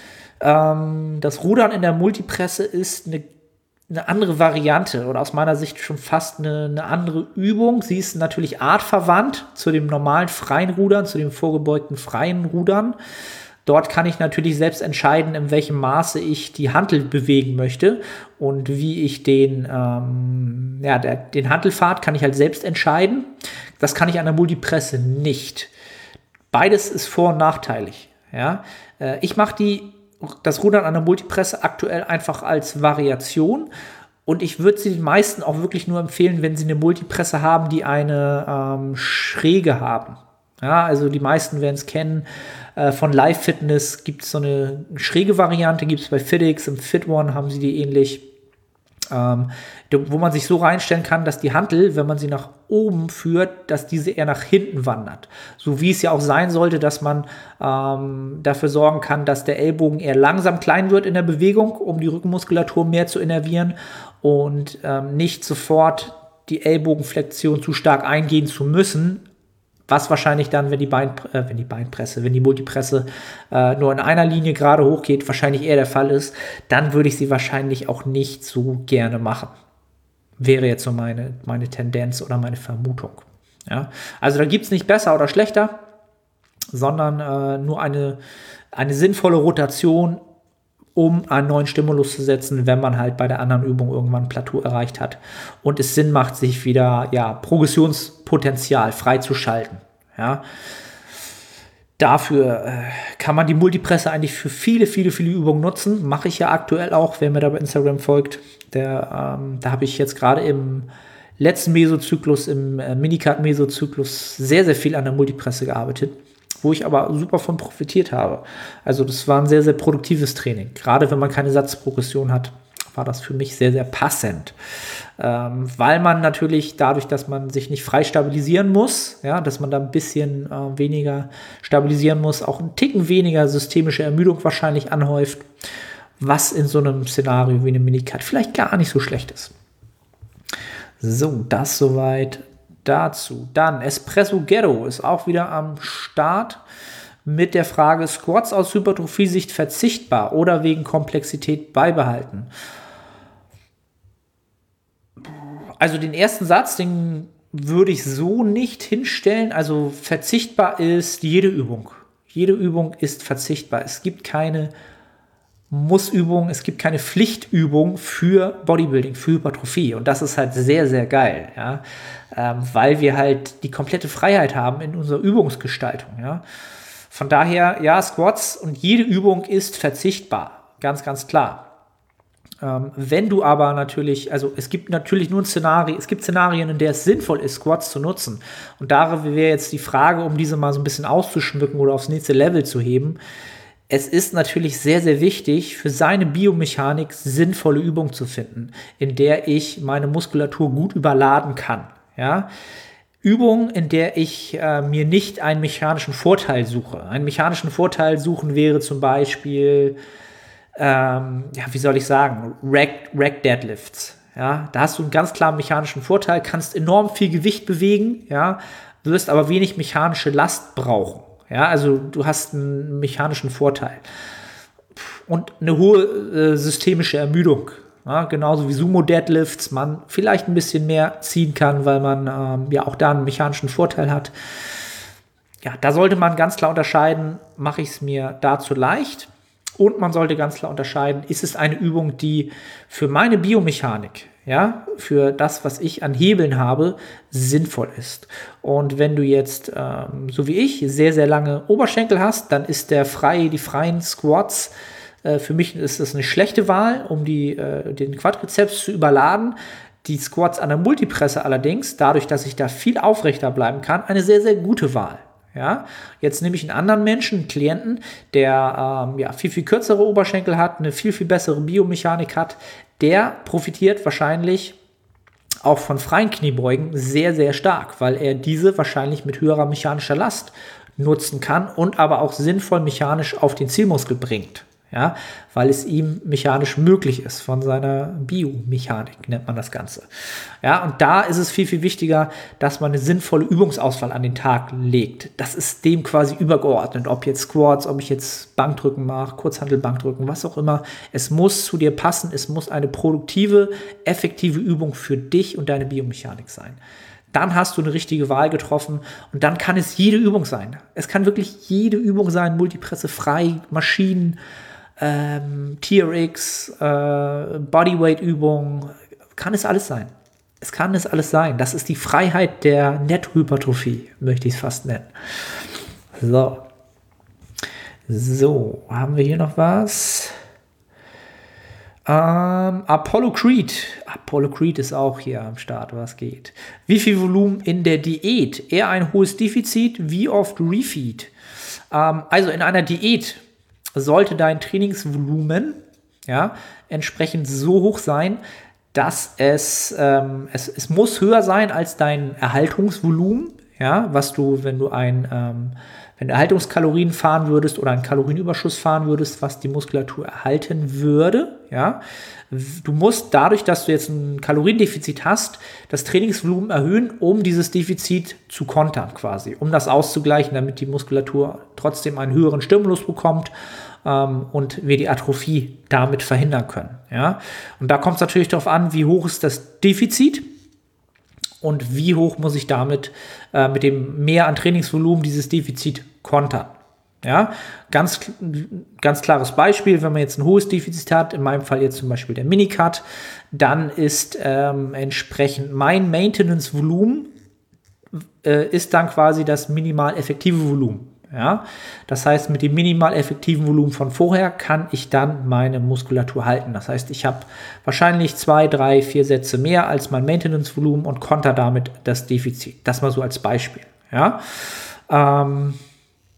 Das Rudern in der Multipresse ist eine, eine andere Variante oder aus meiner Sicht schon fast eine, eine andere Übung. Sie ist natürlich artverwandt zu dem normalen freien Rudern, zu dem vorgebeugten freien Rudern. Dort kann ich natürlich selbst entscheiden, in welchem Maße ich die Hantel bewegen möchte und wie ich den, ähm, ja, der, den Hantelpfad kann ich halt selbst entscheiden. Das kann ich an der Multipresse nicht. Beides ist vor- und nachteilig. Ja? Äh, ich mache die das Rudern an der Multipresse aktuell einfach als Variation und ich würde sie den meisten auch wirklich nur empfehlen, wenn sie eine Multipresse haben, die eine ähm, Schräge haben. Ja, also die meisten werden es kennen, äh, von Live Fitness gibt es so eine schräge Variante, gibt es bei FitX, im Fit One haben sie die ähnlich, ähm, wo man sich so reinstellen kann, dass die Hantel, wenn man sie nach oben führt, dass diese eher nach hinten wandert. So wie es ja auch sein sollte, dass man ähm, dafür sorgen kann, dass der Ellbogen eher langsam klein wird in der Bewegung, um die Rückenmuskulatur mehr zu innervieren und ähm, nicht sofort die Ellbogenflexion zu stark eingehen zu müssen, was wahrscheinlich dann, wenn die, Bein, äh, wenn die Beinpresse, wenn die Multipresse äh, nur in einer Linie gerade hochgeht, wahrscheinlich eher der Fall ist, dann würde ich sie wahrscheinlich auch nicht so gerne machen. Wäre jetzt so meine, meine Tendenz oder meine Vermutung. Ja? Also da gibt es nicht besser oder schlechter, sondern äh, nur eine, eine sinnvolle Rotation, um einen neuen Stimulus zu setzen, wenn man halt bei der anderen Übung irgendwann ein Plateau erreicht hat und es Sinn macht, sich wieder ja, Progressionspotenzial freizuschalten. Ja. Dafür äh, kann man die Multipresse eigentlich für viele, viele, viele Übungen nutzen. Mache ich ja aktuell auch, wer mir da bei Instagram folgt. Der, ähm, da habe ich jetzt gerade im letzten Mesozyklus, im äh, Minicut-Mesozyklus sehr, sehr viel an der Multipresse gearbeitet. wo ich aber super von profitiert habe. Also das war ein sehr, sehr produktives Training. Gerade wenn man keine Satzprogression hat, war das für mich sehr, sehr passend. Ähm, weil man natürlich dadurch, dass man sich nicht frei stabilisieren muss, ja, dass man da ein bisschen äh, weniger stabilisieren muss, auch einen Ticken weniger systemische Ermüdung wahrscheinlich anhäuft, was in so einem Szenario wie einem Minicut vielleicht gar nicht so schlecht ist. So, das soweit dazu. Dann Espresso Ghetto ist auch wieder am Start mit der Frage, Squats aus Hypertrophie-Sicht verzichtbar oder wegen Komplexität beibehalten. Also den ersten Satz, den würde ich so nicht hinstellen. Also verzichtbar ist jede Übung. Jede Übung ist verzichtbar. Es gibt keine Muss-Übung, es gibt keine Pflichtübung für Bodybuilding, für Hypertrophie. Und das ist halt sehr, sehr geil, ja? ähm, weil wir halt die komplette Freiheit haben in unserer Übungsgestaltung. Ja? Von daher, ja, Squats und jede Übung ist verzichtbar, ganz, ganz klar. Ähm, wenn du aber natürlich, also es gibt natürlich nur ein Szenario, es gibt Szenarien, in der es sinnvoll ist, Squats zu nutzen. Und da wäre jetzt die Frage, um diese mal so ein bisschen auszuschmücken oder aufs nächste Level zu heben. Es ist natürlich sehr, sehr wichtig, für seine Biomechanik sinnvolle Übungen zu finden, in der ich meine Muskulatur gut überladen kann. Ja? Übungen, in der ich äh, mir nicht einen mechanischen Vorteil suche. Einen mechanischen Vorteil suchen wäre zum Beispiel, ähm, ja, wie soll ich sagen, Rack, Rack Deadlifts. Ja? Da hast du einen ganz klaren mechanischen Vorteil, kannst enorm viel Gewicht bewegen, ja? Wirst aber wenig mechanische Last brauchen. Ja, also du hast einen mechanischen Vorteil und eine hohe äh, systemische Ermüdung. Ja, genauso wie Sumo-Deadlifts, man vielleicht ein bisschen mehr ziehen kann, weil man ähm, ja auch da einen mechanischen Vorteil hat. Ja, da sollte man ganz klar unterscheiden, mache ich es mir dazu leicht? Und man sollte ganz klar unterscheiden, ist es eine Übung, die für meine Biomechanik, ja, für das, was ich an Hebeln habe, sinnvoll ist. Und wenn du jetzt, ähm, so wie ich, sehr, sehr lange Oberschenkel hast, dann ist der freie, die freien Squats, äh, für mich ist das eine schlechte Wahl, um die, äh, den Quadrizeps zu überladen. Die Squats an der Multipresse allerdings, dadurch, dass ich da viel aufrechter bleiben kann, eine sehr, sehr gute Wahl. Ja, jetzt nehme ich einen anderen Menschen, einen Klienten, der ähm, ja, viel, viel kürzere Oberschenkel hat, eine viel, viel bessere Biomechanik hat. Der profitiert wahrscheinlich auch von freien Kniebeugen sehr, sehr stark, weil er diese wahrscheinlich mit höherer mechanischer Last nutzen kann und aber auch sinnvoll mechanisch auf den Zielmuskel bringt. Ja, weil es ihm mechanisch möglich ist, von seiner Biomechanik nennt man das Ganze. Ja, und da ist es viel, viel wichtiger, dass man eine sinnvolle Übungsauswahl an den Tag legt. Das ist dem quasi übergeordnet, ob jetzt Squats, ob ich jetzt Bankdrücken mache, Kurzhantelbankdrücken, was auch immer. Es muss zu dir passen, es muss eine produktive, effektive Übung für dich und deine Biomechanik sein. Dann hast du eine richtige Wahl getroffen und dann kann es jede Übung sein. Es kann wirklich jede Übung sein, Multipresse frei, Maschinen, Ähm, T R X, äh, Bodyweight-Übungen, kann es alles sein. Es kann es alles sein. Das ist die Freiheit der Nettohypertrophie, möchte ich es fast nennen. So. So, haben wir hier noch was? Ähm, Apollo Creed. Apollo Creed ist auch hier am Start, was geht. Wie viel Volumen in der Diät? Eher ein hohes Defizit, wie oft Refeed? Ähm, also in einer Diät sollte dein Trainingsvolumen ja, entsprechend so hoch sein, dass es, ähm, es, es muss höher sein als dein Erhaltungsvolumen, ja, was du, wenn du ein, ähm, wenn du Erhaltungskalorien fahren würdest oder einen Kalorienüberschuss fahren würdest, was die Muskulatur erhalten würde, ja. Du musst dadurch, dass du jetzt ein Kaloriendefizit hast, das Trainingsvolumen erhöhen, um dieses Defizit zu kontern quasi, um das auszugleichen, damit die Muskulatur trotzdem einen höheren Stimulus bekommt ähm, und wir die Atrophie damit verhindern können. Ja? Und da kommt es natürlich darauf an, wie hoch ist das Defizit und wie hoch muss ich damit äh, mit dem Mehr an Trainingsvolumen dieses Defizit kontern. Ja, ganz, ganz klares Beispiel, wenn man jetzt ein hohes Defizit hat, in meinem Fall jetzt zum Beispiel der Minicut, dann ist ähm, entsprechend mein Maintenance-Volumen äh, ist dann quasi das minimal effektive Volumen. Ja, das heißt, mit dem minimal effektiven Volumen von vorher kann ich dann meine Muskulatur halten. Das heißt, ich habe wahrscheinlich zwei, drei, vier Sätze mehr als mein Maintenance-Volumen und konter damit das Defizit. Das mal so als Beispiel. Ja, ähm,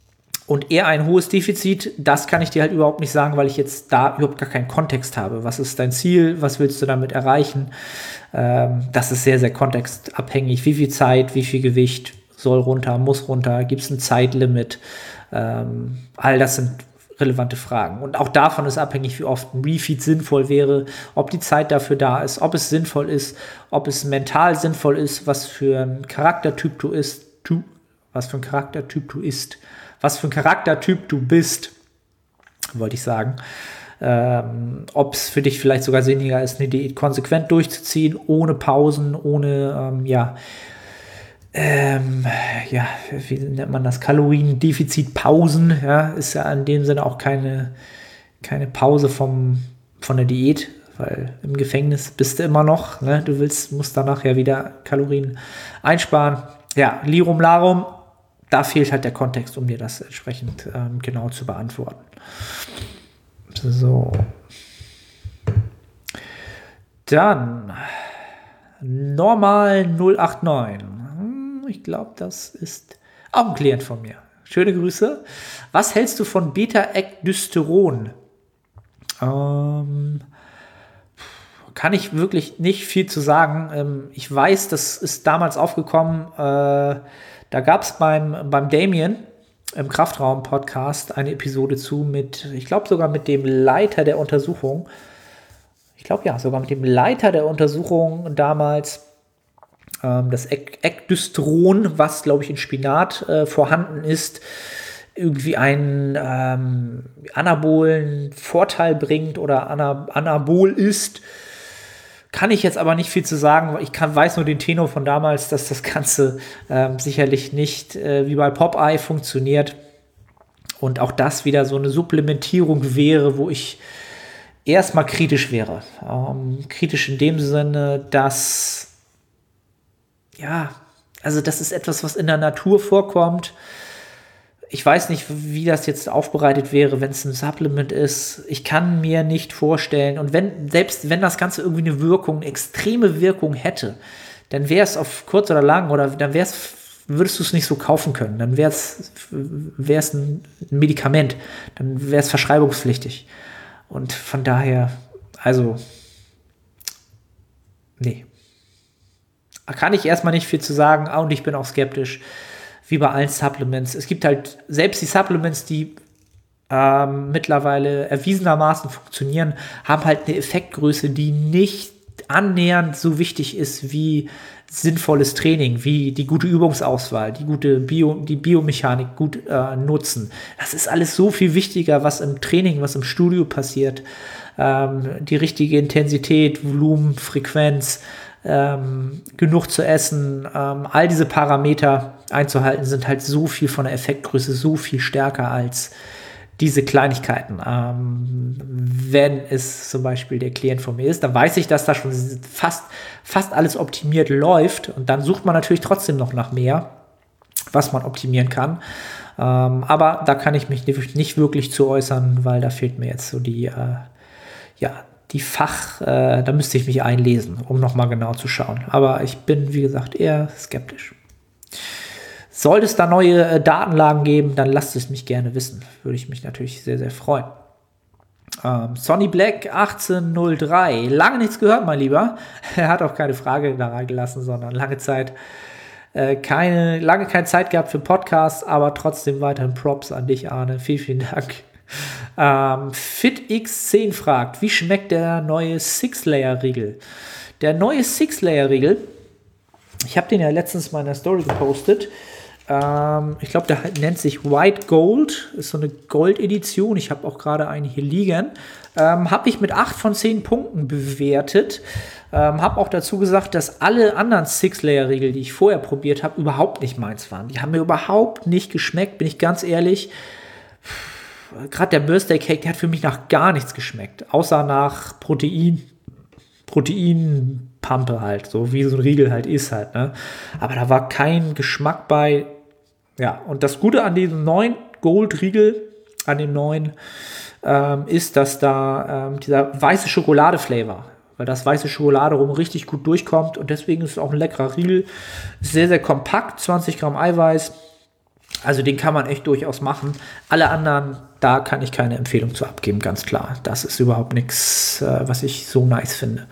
und eher ein hohes Defizit, das kann ich dir halt überhaupt nicht sagen, weil ich jetzt da überhaupt gar keinen Kontext habe. Was ist dein Ziel? Was willst du damit erreichen? Ähm, das ist sehr, sehr kontextabhängig. Wie viel Zeit, wie viel Gewicht soll runter, muss runter? Gibt es ein Zeitlimit? Ähm, all das sind relevante Fragen. Und auch davon ist abhängig, wie oft ein Refeed sinnvoll wäre, ob die Zeit dafür da ist, ob es sinnvoll ist, ob es mental sinnvoll ist, was für ein Charaktertyp du ist, du, was für ein Charaktertyp du ist. Was für ein Charaktertyp du bist, wollte ich sagen. Ähm, ob es für dich vielleicht sogar sinniger ist, eine Diät konsequent durchzuziehen, ohne Pausen, ohne, ähm, ja, ähm, ja, wie nennt man das? Kaloriendefizitpausen, ja, ist ja in dem Sinne auch keine, keine Pause vom, von der Diät, weil im Gefängnis bist du immer noch, ne? Du willst, musst danach ja wieder Kalorien einsparen. Ja, Lirum Larum. Da fehlt halt der Kontext, um dir das entsprechend ähm, genau zu beantworten. So. Dann Normal null acht neun. Hm, ich glaube, das ist auch ein Klient von mir. Schöne Grüße. Was hältst du von Beta-Ecdysteron? Ähm, kann ich wirklich nicht viel zu sagen. Ähm, ich weiß, das ist damals aufgekommen, äh, da gab es beim, beim Damien im Kraftraum-Podcast eine Episode zu mit, ich glaube sogar mit dem Leiter der Untersuchung. Ich glaube ja, sogar mit dem Leiter der Untersuchung damals. Ähm, das Ecdysteron, was glaube ich in Spinat äh, vorhanden ist, irgendwie einen ähm, anabolen Vorteil bringt oder ana- anabol ist. Kann ich jetzt aber nicht viel zu sagen. Ich kann, weiß nur den Tenor von damals, dass das Ganze ähm, sicherlich nicht äh, wie bei Popeye funktioniert. Und auch das wieder so eine Supplementierung wäre, wo ich erstmal kritisch wäre. Ähm, kritisch in dem Sinne, dass, ja, also das ist etwas, was in der Natur vorkommt. Ich weiß nicht, wie das jetzt aufbereitet wäre, wenn es ein Supplement ist. Ich kann mir nicht vorstellen. Und wenn, selbst wenn das Ganze irgendwie eine Wirkung, eine extreme Wirkung hätte, dann wäre es auf kurz oder lang, oder dann wäre es, würdest du es nicht so kaufen können. Dann wäre es, wäre es ein Medikament. Dann wäre es verschreibungspflichtig. Und von daher, also, nee. Kann ich erstmal nicht viel zu sagen. Und ich bin auch skeptisch. Wie bei allen Supplements. Es gibt halt selbst die Supplements, die ähm, mittlerweile erwiesenermaßen funktionieren, haben halt eine Effektgröße, die nicht annähernd so wichtig ist wie sinnvolles Training, wie die gute Übungsauswahl, die gute Bio, die Biomechanik gut äh, nutzen. Das ist alles so viel wichtiger, was im Training, was im Studio passiert. Ähm, die richtige Intensität, Volumen, Frequenz, Ähm, genug zu essen, ähm, all diese Parameter einzuhalten, sind halt so viel von der Effektgröße, so viel stärker als diese Kleinigkeiten. Ähm, wenn es zum Beispiel der Klient von mir ist, dann weiß ich, dass da schon fast, fast alles optimiert läuft, und dann sucht man natürlich trotzdem noch nach mehr, was man optimieren kann. Ähm, aber da kann ich mich nicht wirklich zu äußern, weil da fehlt mir jetzt so die, äh, ja, die Fach, äh, da müsste ich mich einlesen, um nochmal genau zu schauen. Aber ich bin, wie gesagt, eher skeptisch. Sollte es da neue äh, Datenlagen geben, dann lasst es mich gerne wissen. Würde ich mich natürlich sehr, sehr freuen. Ähm, Sonny Black achtzehn null drei. Lange nichts gehört, mein Lieber. Er hat auch keine Frage da reingelassen, sondern lange Zeit äh, keine, lange keine Zeit gehabt für Podcasts, aber trotzdem weiterhin Props an dich, Arne. Vielen, vielen Dank. Ähm, Fit X zehn fragt, wie schmeckt der neue Six-Layer-Riegel? Der neue Six-Layer-Riegel, ich habe den ja letztens mal in der Story gepostet. Ähm, ich glaube, der nennt sich White Gold, ist so eine Gold-Edition. Ich habe auch gerade einen hier liegen. Ähm, habe ich mit acht von zehn Punkten bewertet. Ähm, habe auch dazu gesagt, dass alle anderen Six-Layer-Riegel, die ich vorher probiert habe, überhaupt nicht meins waren. Die haben mir überhaupt nicht geschmeckt, bin ich ganz ehrlich. Gerade der Birthday Cake, der hat für mich nach gar nichts geschmeckt, außer nach Protein, Proteinpampe halt, so wie so ein Riegel halt ist halt, ne? Aber da war kein Geschmack bei. Ja, und das Gute an diesem neuen Gold-Riegel, an dem neuen, ähm, ist, dass da ähm, dieser weiße Schokolade-Flavor, weil das weiße Schokolade rum richtig gut durchkommt, und deswegen ist es auch ein leckerer Riegel. Sehr, sehr kompakt, zwanzig Gramm Eiweiß, Also den kann man echt durchaus machen. Alle anderen, da kann ich keine Empfehlung zu abgeben, ganz klar. Das ist überhaupt nichts, äh, was ich so nice finde.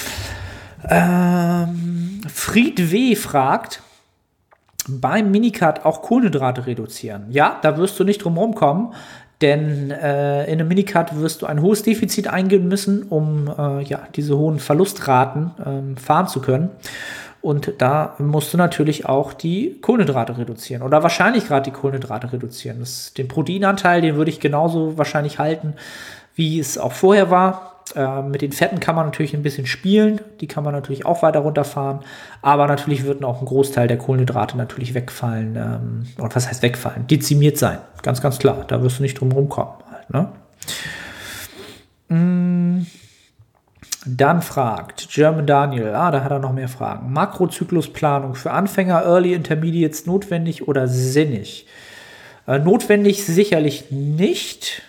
Ähm, Fried W. fragt, beim Minicut auch Kohlenhydrate reduzieren. Ja, da wirst du nicht drum rumkommen, denn äh, in einem Minicut wirst du ein hohes Defizit eingehen müssen, um äh, ja, diese hohen Verlustraten ähm, fahren zu können. Und da musst du natürlich auch die Kohlenhydrate reduzieren oder wahrscheinlich gerade die Kohlenhydrate reduzieren. Das, den Proteinanteil, den würde ich genauso wahrscheinlich halten, wie es auch vorher war. Äh, mit den Fetten kann man natürlich ein bisschen spielen, die kann man natürlich auch weiter runterfahren, aber natürlich wird auch ein Großteil der Kohlenhydrate natürlich wegfallen, ähm, oder was heißt wegfallen, dezimiert sein, ganz, ganz klar, da wirst du nicht drum rumkommen. Halt, ne? mm. Dann fragt German Daniel, ah, da hat er noch mehr Fragen. Makrozyklusplanung für Anfänger, Early Intermediates notwendig oder sinnig? Äh, notwendig sicherlich nicht.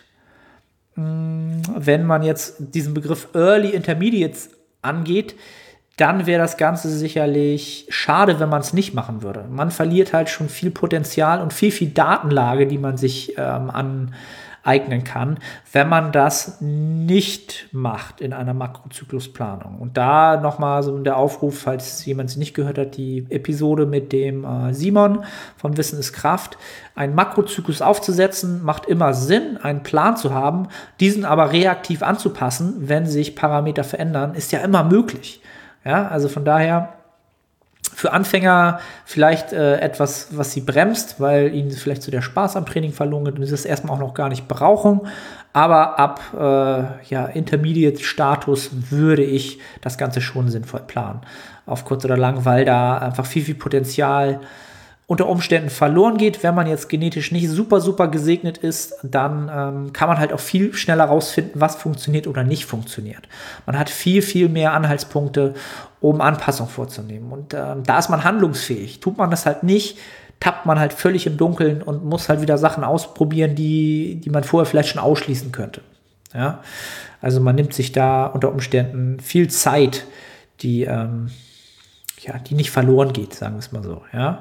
Wenn man jetzt diesen Begriff Early Intermediates angeht, dann wäre das Ganze sicherlich schade, wenn man es nicht machen würde. Man verliert halt schon viel Potenzial und viel, viel Datenlage, die man sich ähm, aneignen kann, wenn man das nicht macht in einer Makrozyklusplanung. Und da nochmal so der Aufruf, falls jemand es nicht gehört hat, die Episode mit dem äh, Simon von Wissen ist Kraft. Einen Makrozyklus aufzusetzen, macht immer Sinn, einen Plan zu haben, diesen aber reaktiv anzupassen, wenn sich Parameter verändern, ist ja immer möglich. Ja, also von daher für Anfänger vielleicht äh, etwas, was sie bremst, weil ihnen vielleicht so der Spaß am Training verloren geht und sie das erstmal auch noch gar nicht brauchen. Aber ab äh, ja, Intermediate-Status würde ich das Ganze schon sinnvoll planen. Auf kurz oder lang, weil da einfach viel, viel Potenzial unter Umständen verloren geht. Wenn man jetzt genetisch nicht super, super gesegnet ist, dann ähm, kann man halt auch viel schneller rausfinden, was funktioniert oder nicht funktioniert. Man hat viel, viel mehr Anhaltspunkte, um Anpassungen vorzunehmen. Und ähm, da ist man handlungsfähig. Tut man das halt nicht, tappt man halt völlig im Dunkeln und muss halt wieder Sachen ausprobieren, die, die man vorher vielleicht schon ausschließen könnte. Ja? Also man nimmt sich da unter Umständen viel Zeit, die, ähm, ja, die nicht verloren geht, sagen wir es mal so. Ja?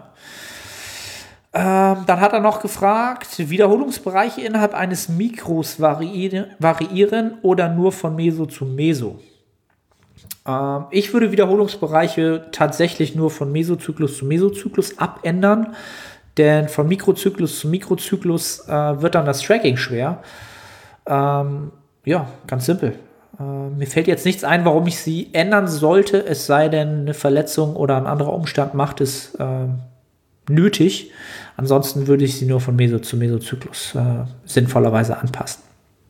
Ähm, dann hat er noch gefragt, Wiederholungsbereiche innerhalb eines Mikros variieren, variieren oder nur von Meso zu Meso? Ähm, ich würde Wiederholungsbereiche tatsächlich nur von Mesozyklus zu Mesozyklus abändern, denn von Mikrozyklus zu Mikrozyklus äh, wird dann das Tracking schwer. Ähm, ja, ganz simpel. Äh, mir fällt jetzt nichts ein, warum ich sie ändern sollte, es sei denn, eine Verletzung oder ein anderer Umstand macht es äh, nötig. Ansonsten würde ich sie nur von Meso zu Mesozyklus äh, sinnvollerweise anpassen.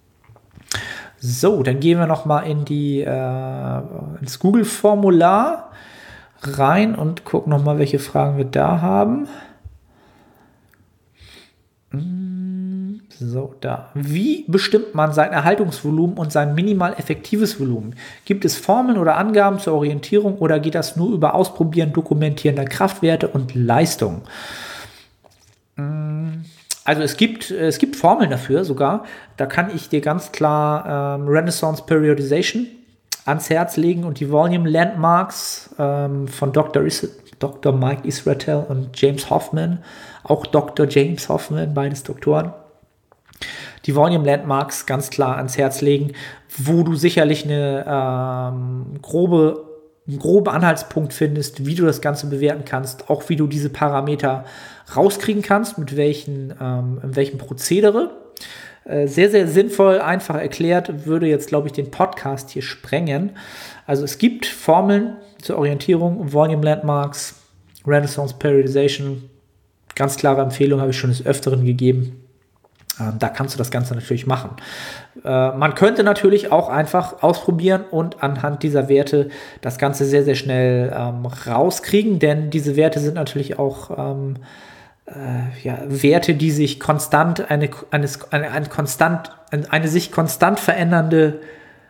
So, dann gehen wir noch mal in die äh, ins Google-Formular rein und gucken noch mal, welche Fragen wir da haben. So, da. Wie bestimmt man sein Erhaltungsvolumen und sein minimal effektives Volumen? Gibt es Formeln oder Angaben zur Orientierung oder geht das nur über Ausprobieren, Dokumentieren der Kraftwerte und Leistung? Also es gibt, es gibt Formeln dafür sogar. Da kann ich dir ganz klar ähm, Renaissance Periodization ans Herz legen und die Volume Landmarks ähm, von Doktor Is- Doktor Mike Israetel und James Hoffman, auch Doktor James Hoffman, beides Doktoren. Die Volume Landmarks ganz klar ans Herz legen, wo du sicherlich eine ähm, grobe, einen groben Anhaltspunkt findest, wie du das Ganze bewerten kannst, auch wie du diese Parameter rauskriegen kannst, mit welchen, ähm, in welchem Prozedere. Äh, sehr, sehr sinnvoll, einfach erklärt, würde jetzt, glaube ich, den Podcast hier sprengen. Also es gibt Formeln zur Orientierung, Volume Landmarks, Renaissance Periodization, ganz klare Empfehlung, habe ich schon des Öfteren gegeben. Ähm, da kannst du das Ganze natürlich machen. Äh, man könnte natürlich auch einfach ausprobieren und anhand dieser Werte das Ganze sehr, sehr schnell ähm, rauskriegen, denn diese Werte sind natürlich auch ähm, äh, ja, Werte, die sich konstant, eine, eine, eine, eine, konstant, eine, eine sich konstant verändernde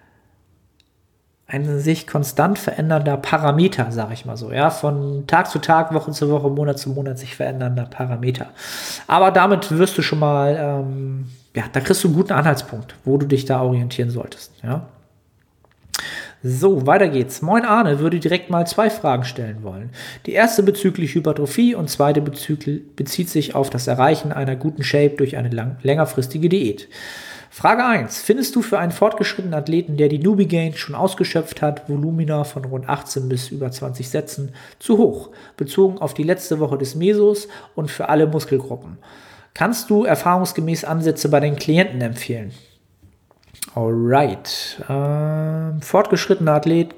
ein sich konstant verändernder Parameter, sage ich mal so, ja, von Tag zu Tag, Woche zu Woche, Monat zu Monat sich verändernder Parameter. Aber damit wirst du schon mal, ähm, ja, da kriegst du einen guten Anhaltspunkt, wo du dich da orientieren solltest, ja. So, weiter geht's. Moin Arne, würde direkt mal zwei Fragen stellen wollen. Die erste bezüglich Hypertrophie und zweite bezüglich, bezieht sich auf das Erreichen einer guten Shape durch eine lang, längerfristige Diät. Frage eins. Findest du für einen fortgeschrittenen Athleten, der die Newbie Gains schon ausgeschöpft hat, Volumina von rund achtzehn bis über zwanzig Sätzen zu hoch, bezogen auf die letzte Woche des Mesos und für alle Muskelgruppen? Kannst du erfahrungsgemäß Ansätze bei den Klienten empfehlen? Alright. Ähm, fortgeschrittener Athlet.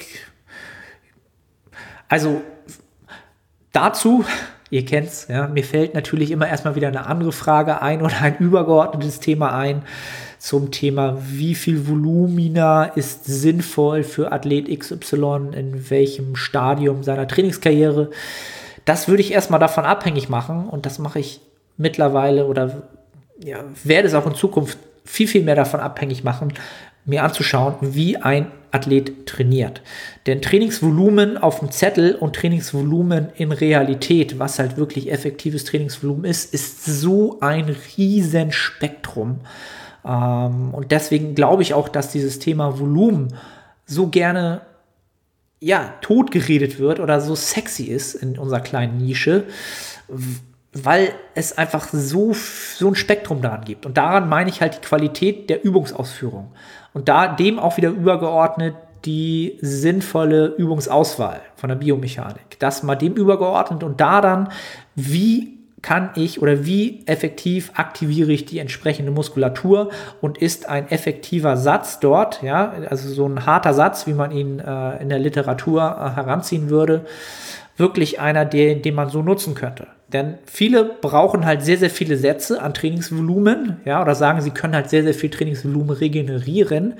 Also dazu, ihr kennt's, ja, mir fällt natürlich immer erstmal wieder eine andere Frage ein oder ein übergeordnetes Thema ein zum Thema, wie viel Volumina ist sinnvoll für Athlet X Y in welchem Stadium seiner Trainingskarriere. Das würde ich erstmal davon abhängig machen und das mache ich mittlerweile oder ja, werde es auch in Zukunft viel, viel mehr davon abhängig machen, mir anzuschauen, wie ein Athlet trainiert. Denn Trainingsvolumen auf dem Zettel und Trainingsvolumen in Realität, was halt wirklich effektives Trainingsvolumen ist, ist so ein riesen Spektrum. Ähm, und deswegen glaube ich auch, dass dieses Thema Volumen so gerne ja, totgeredet wird oder so sexy ist in unserer kleinen Nische, weil es einfach so, so ein Spektrum daran gibt. Und daran meine ich halt die Qualität der Übungsausführung. Und da dem auch wieder übergeordnet die sinnvolle Übungsauswahl von der Biomechanik. Das mal dem übergeordnet und da dann, wie kann ich oder wie effektiv aktiviere ich die entsprechende Muskulatur und ist ein effektiver Satz dort, ja, also so ein harter Satz, wie man ihn äh, in der Literatur äh, heranziehen würde, wirklich einer, den, den man so nutzen könnte. Denn viele brauchen halt sehr, sehr viele Sätze an Trainingsvolumen, ja, oder sagen, sie können halt sehr, sehr viel Trainingsvolumen regenerieren.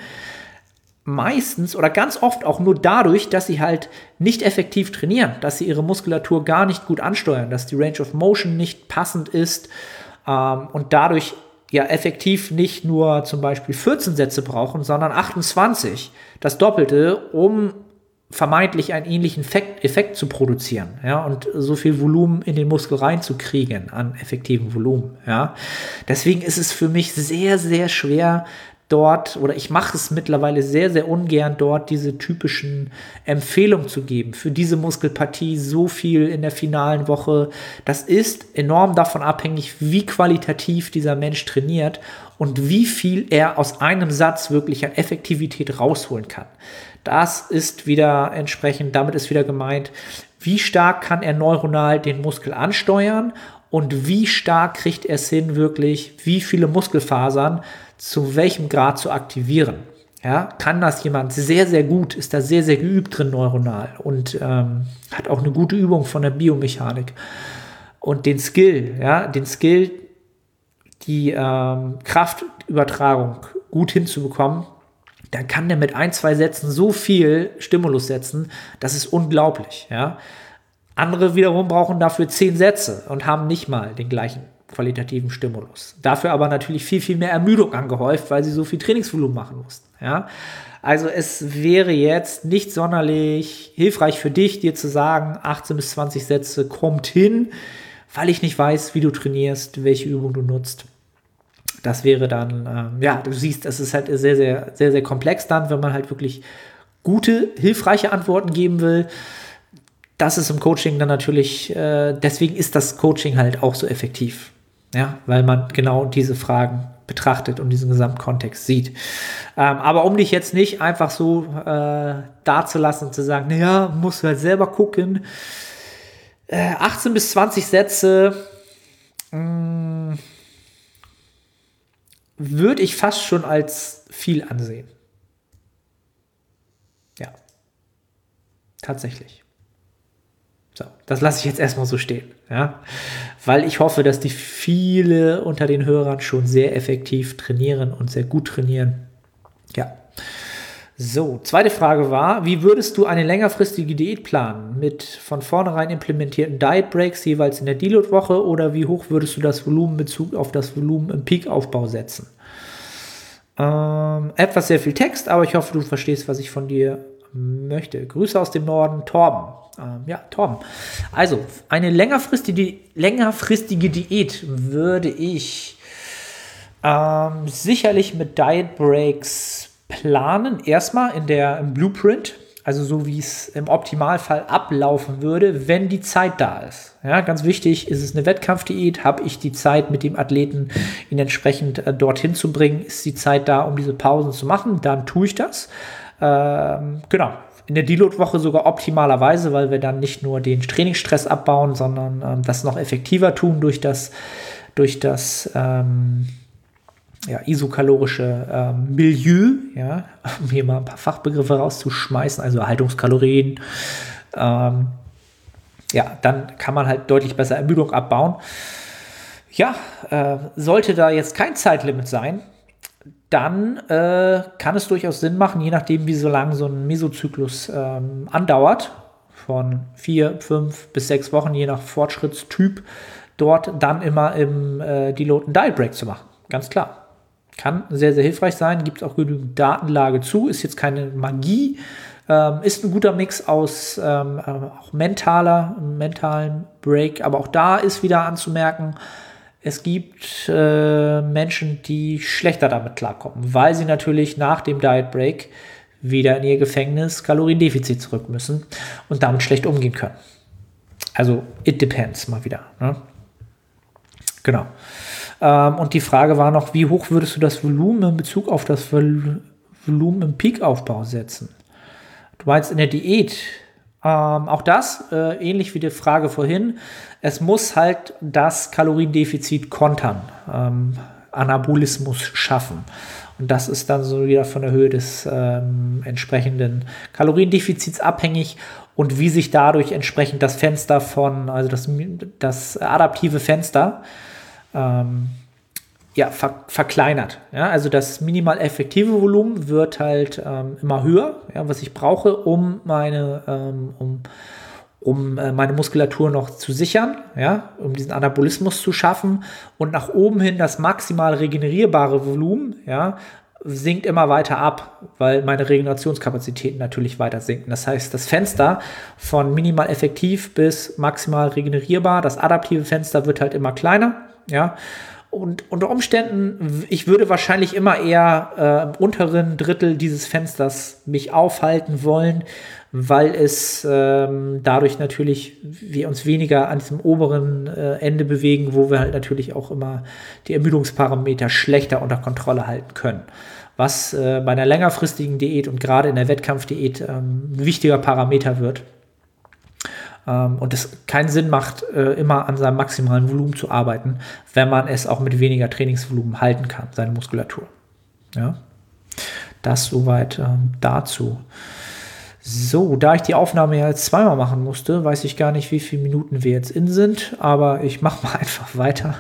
Meistens oder ganz oft auch nur dadurch, dass sie halt nicht effektiv trainieren, dass sie ihre Muskulatur gar nicht gut ansteuern, dass die Range of Motion nicht passend ist ähm, und dadurch ja effektiv nicht nur zum Beispiel vierzehn Sätze brauchen, sondern achtundzwanzig, das Doppelte, um vermeintlich einen ähnlichen Effekt, Effekt zu produzieren, ja, und so viel Volumen in den Muskel reinzukriegen an effektivem Volumen, ja. Deswegen ist es für mich sehr, sehr schwer, dort, oder ich mache es mittlerweile sehr, sehr ungern, dort diese typischen Empfehlungen zu geben. Für diese Muskelpartie so viel in der finalen Woche. Das ist enorm davon abhängig, wie qualitativ dieser Mensch trainiert und wie viel er aus einem Satz wirklich an Effektivität rausholen kann. Das ist wieder entsprechend, damit ist wieder gemeint, wie stark kann er neuronal den Muskel ansteuern und wie stark kriegt er es hin, wirklich, wie viele Muskelfasern zu welchem Grad zu aktivieren. Ja, kann das jemand sehr, sehr gut, ist da sehr, sehr geübt drin neuronal und ähm, hat auch eine gute Übung von der Biomechanik und den Skill, ja, den Skill, die ähm, Kraftübertragung gut hinzubekommen, dann kann der mit ein, zwei Sätzen so viel Stimulus setzen, das ist unglaublich, ja. Andere wiederum brauchen dafür zehn Sätze und haben nicht mal den gleichen qualitativen Stimulus. Dafür aber natürlich viel, viel mehr Ermüdung angehäuft, weil sie so viel Trainingsvolumen machen mussten. Ja? Also es wäre jetzt nicht sonderlich hilfreich für dich, dir zu sagen, achtzehn bis zwanzig Sätze kommt hin, weil ich nicht weiß, wie du trainierst, welche Übung du nutzt. Das wäre dann, ähm, ja, du siehst, es ist halt sehr, sehr, sehr, sehr komplex dann, wenn man halt wirklich gute, hilfreiche Antworten geben will. Das ist im Coaching dann natürlich, äh, deswegen ist das Coaching halt auch so effektiv. Ja, weil man genau diese Fragen betrachtet und diesen Gesamtkontext sieht. Ähm, aber um dich jetzt nicht einfach so äh, dazulassen und zu sagen, naja, musst du halt selber gucken. Äh, achtzehn bis zwanzig Sätze mh, würde ich fast schon als viel ansehen. Ja, tatsächlich. So, das lasse ich jetzt erstmal so stehen, ja, weil ich hoffe, dass die viele unter den Hörern schon sehr effektiv trainieren und sehr gut trainieren. Ja. So, zweite Frage war, wie würdest du eine längerfristige Diät planen? Mit von vornherein implementierten Diet Breaks jeweils in der Deload-Woche oder wie hoch würdest du das Volumen in Bezug auf das Volumen im Peak-Aufbau setzen? Ähm, etwas sehr viel Text, aber ich hoffe, du verstehst, was ich von dir möchte. Grüße aus dem Norden, Torben. Ähm, ja, Torben. Also, eine längerfristige, längerfristige Diät würde ich ähm, sicherlich mit Diet Breaks planen erstmal in der im Blueprint, also so wie es im Optimalfall ablaufen würde, wenn die Zeit da ist. Ja, ganz wichtig, ist es eine Wettkampfdiät, habe ich die Zeit mit dem Athleten, ihn entsprechend äh, dorthin zu bringen, ist die Zeit da, um diese Pausen zu machen, dann tue ich das. Ähm, genau. In der Deload-Woche sogar optimalerweise, weil wir dann nicht nur den Trainingsstress abbauen, sondern ähm, das noch effektiver tun durch das, durch das ähm, ja, isokalorische ähm, Milieu, ja, um hier mal ein paar Fachbegriffe rauszuschmeißen, also Erhaltungskalorien. Ähm, ja, dann kann man halt deutlich besser Ermüdung abbauen. Ja, äh, sollte da jetzt kein Zeitlimit sein, dann äh, kann es durchaus Sinn machen, je nachdem, wie so lange so ein Mesozyklus ähm, andauert, von vier, fünf bis sechs Wochen, je nach Fortschrittstyp, dort dann immer im äh, Deload Diet Break zu machen. Ganz klar. Kann sehr, sehr hilfreich sein, gibt auch genügend Datenlage zu, ist jetzt keine Magie, ähm, ist ein guter Mix aus ähm, auch mentaler, mentalen Break, aber auch da ist wieder anzumerken, es gibt äh, Menschen, die schlechter damit klarkommen, weil sie natürlich nach dem Diet Break wieder in ihr Gefängnis Kaloriendefizit zurück müssen und damit schlecht umgehen können. Also it depends mal wieder. Ne? Genau. Ähm, und die Frage war noch, wie hoch würdest du das Volumen in Bezug auf das Vol- Volumen im Peak-Aufbau setzen? Du meinst in der Diät? Ähm, auch das, äh, ähnlich wie die Frage vorhin, es muss halt das Kaloriendefizit kontern, ähm, Anabolismus schaffen. Und das ist dann so wieder von der Höhe des ähm, entsprechenden Kaloriendefizits abhängig und wie sich dadurch entsprechend das Fenster von, also das, das adaptive Fenster, ähm, ja, ver- verkleinert. Ja, also das minimal effektive Volumen wird halt ähm, immer höher, ja, was ich brauche, um meine, ähm, um, um äh, meine Muskulatur noch zu sichern, ja, um diesen Anabolismus zu schaffen. Und nach oben hin das maximal regenerierbare Volumen, ja, sinkt immer weiter ab, weil meine Regenerationskapazitäten natürlich weiter sinken. Das heißt, das Fenster von minimal effektiv bis maximal regenerierbar, das adaptive Fenster wird halt immer kleiner, ja. Und unter Umständen, ich würde wahrscheinlich immer eher äh, im unteren Drittel dieses Fensters mich aufhalten wollen, weil es ähm, dadurch natürlich wir uns weniger an diesem oberen äh, Ende bewegen, wo wir halt natürlich auch immer die Ermüdungsparameter schlechter unter Kontrolle halten können. Was äh, bei einer längerfristigen Diät und gerade in der Wettkampfdiät ähm, ein wichtiger Parameter wird. Und es keinen Sinn macht, immer an seinem maximalen Volumen zu arbeiten, wenn man es auch mit weniger Trainingsvolumen halten kann, seine Muskulatur. Ja, das soweit ähm, dazu. So, da ich die Aufnahme ja jetzt zweimal machen musste, weiß ich gar nicht, wie viele Minuten wir jetzt in sind, aber ich mache mal einfach weiter.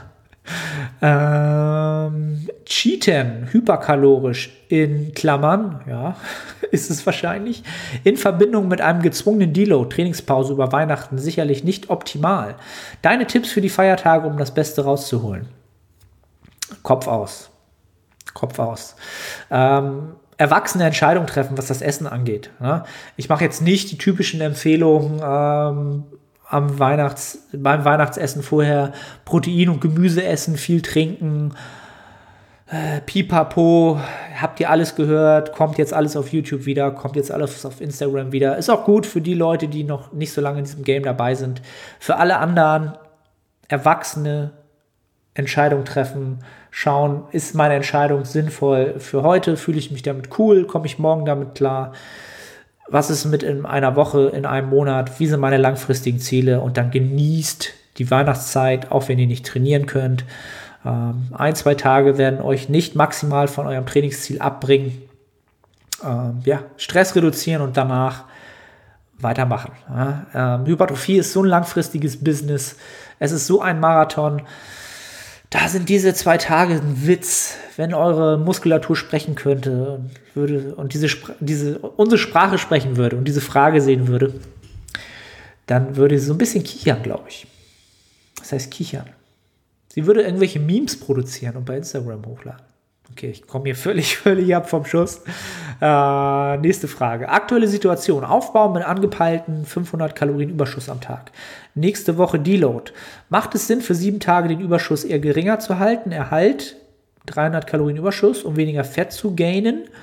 Ähm, Cheaten, hyperkalorisch in Klammern, ja, ist es wahrscheinlich, in Verbindung mit einem gezwungenen Deload, Trainingspause über Weihnachten sicherlich nicht optimal. Deine Tipps für die Feiertage, um das Beste rauszuholen? Kopf aus. Kopf aus. Ähm, erwachsene Entscheidungen treffen, was das Essen angeht. Ne? Ich mache jetzt nicht die typischen Empfehlungen, ähm, am Weihnachts, beim Weihnachtsessen vorher Protein und Gemüse essen, viel trinken, äh, pipapo, habt ihr alles gehört, kommt jetzt alles auf YouTube wieder, kommt jetzt alles auf Instagram wieder. Ist auch gut für die Leute, die noch nicht so lange in diesem Game dabei sind. Für alle anderen erwachsene Entscheidungen treffen, schauen, ist meine Entscheidung sinnvoll für heute, fühle ich mich damit cool, komme ich morgen damit klar, was ist mit in einer Woche, in einem Monat, wie sind meine langfristigen Ziele und dann genießt die Weihnachtszeit, auch wenn ihr nicht trainieren könnt. Ähm, ein, zwei Tage werden euch nicht maximal von eurem Trainingsziel abbringen. Ähm, ja, Stress reduzieren und danach weitermachen. Ja, ähm, Hypertrophie ist so ein langfristiges Business. Es ist so ein Marathon. Da sind diese zwei Tage ein Witz, wenn eure Muskulatur sprechen könnte und, würde, und diese, diese, unsere Sprache sprechen würde und diese Frage sehen würde, dann würde sie so ein bisschen kichern, glaube ich. Das heißt kichern. Sie würde irgendwelche Memes produzieren und bei Instagram hochladen. Okay, ich komme hier völlig, völlig ab vom Schuss. Äh, nächste Frage. Aktuelle Situation. Aufbau mit angepeilten fünfhundert Kalorien Überschuss am Tag. Nächste Woche Deload. Macht es Sinn, für sieben Tage den Überschuss eher geringer zu halten? Erhalt dreihundert Kalorien Überschuss, um weniger Fett zu gainen.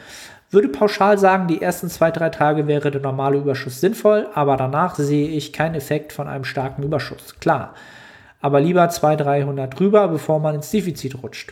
Würde pauschal sagen, die ersten zwei, drei Tage wäre der normale Überschuss sinnvoll, aber danach sehe ich keinen Effekt von einem starken Überschuss. Klar, aber lieber zweihundert, dreihundert drüber, bevor man ins Defizit rutscht.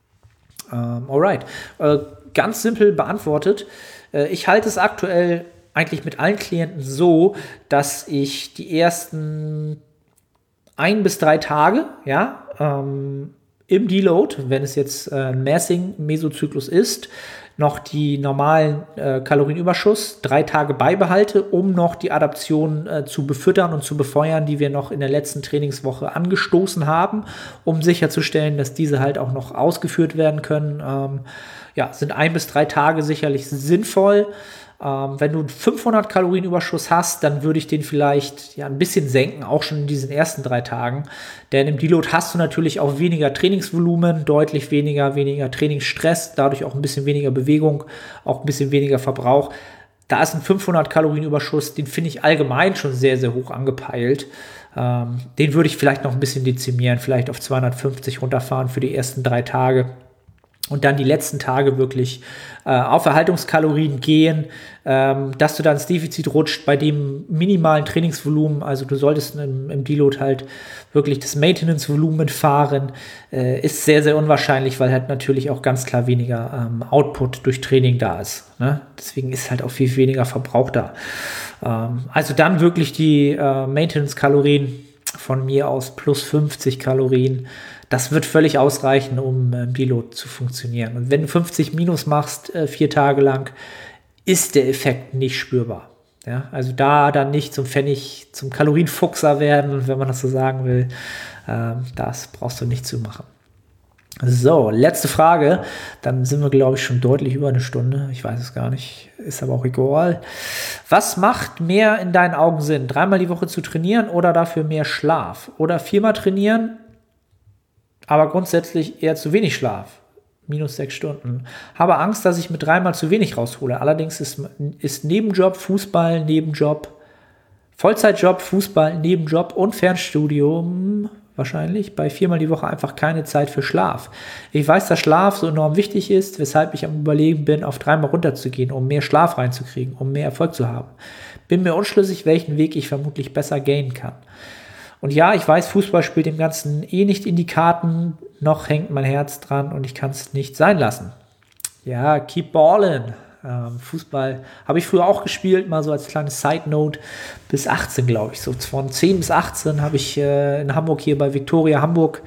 Ähm, alright, äh, ganz simpel beantwortet. Äh, ich halte es aktuell eigentlich mit allen Klienten so, dass ich die ersten ein bis drei Tage, ja, ähm, im Deload, wenn es jetzt äh, ein Massing-Mesozyklus ist, noch die normalen äh, Kalorienüberschuss drei Tage beibehalte, um noch die Adaption äh, zu befüttern und zu befeuern, die wir noch in der letzten Trainingswoche angestoßen haben, um sicherzustellen, dass diese halt auch noch ausgeführt werden können. Ähm, ja, sind ein bis drei Tage sicherlich sinnvoll. Ähm, wenn du fünfhundert Kalorien Überschuss hast, dann würde ich den vielleicht ja, ein bisschen senken, auch schon in diesen ersten drei Tagen. Denn im Deload hast du natürlich auch weniger Trainingsvolumen, deutlich weniger, weniger Trainingsstress, dadurch auch ein bisschen weniger Bewegung, auch ein bisschen weniger Verbrauch. Da ist ein fünfhundert Kalorien Überschuss, den finde ich allgemein schon sehr, sehr hoch angepeilt. Ähm, den würde ich vielleicht noch ein bisschen dezimieren, vielleicht auf zweihundertfünfzig runterfahren für die ersten drei Tage. Und dann die letzten Tage wirklich äh, auf Erhaltungskalorien gehen, ähm, dass du dann ins Defizit rutscht bei dem minimalen Trainingsvolumen. Also du solltest im, im Deload halt wirklich das Maintenance-Volumen fahren. Äh, ist sehr, sehr unwahrscheinlich, weil halt natürlich auch ganz klar weniger ähm, Output durch Training da ist. Ne? Deswegen ist halt auch viel weniger Verbrauch da. Ähm, also dann wirklich die äh, Maintenance-Kalorien von mir aus plus fünfzig Kalorien. Das wird völlig ausreichen, um im Deload zu funktionieren. Und wenn du fünfzig minus machst, äh, vier Tage lang, ist der Effekt nicht spürbar. Ja, also da dann nicht zum Pfennig, zum Kalorienfuchser werden, wenn man das so sagen will. Ähm, das brauchst du nicht zu machen. So, letzte Frage. Dann sind wir, glaube ich, schon deutlich über eine Stunde. Ich weiß es gar nicht. Ist aber auch egal. Was macht mehr in deinen Augen Sinn? Dreimal die Woche zu trainieren oder dafür mehr Schlaf? Oder viermal trainieren, aber grundsätzlich eher zu wenig Schlaf. Minus sechs Stunden. Habe Angst, dass ich mit dreimal zu wenig raushole. Allerdings ist, ist Nebenjob, Fußball, Nebenjob, Vollzeitjob, Fußball, Nebenjob und Fernstudium wahrscheinlich bei viermal die Woche einfach keine Zeit für Schlaf. Ich weiß, dass Schlaf so enorm wichtig ist, weshalb ich am Überlegen bin, auf dreimal runterzugehen, um mehr Schlaf reinzukriegen, um mehr Erfolg zu haben. Bin mir unschlüssig, welchen Weg ich vermutlich besser gehen kann. Und ja, ich weiß, Fußball spielt dem Ganzen eh nicht in die Karten, noch hängt mein Herz dran und ich kann es nicht sein lassen. Ja, keep ballin'. Ähm, Fußball habe ich früher auch gespielt, mal so als kleine Side-Note, bis achtzehn, glaube ich. So von zehn bis achtzehn habe ich äh, in Hamburg hier bei Viktoria Hamburg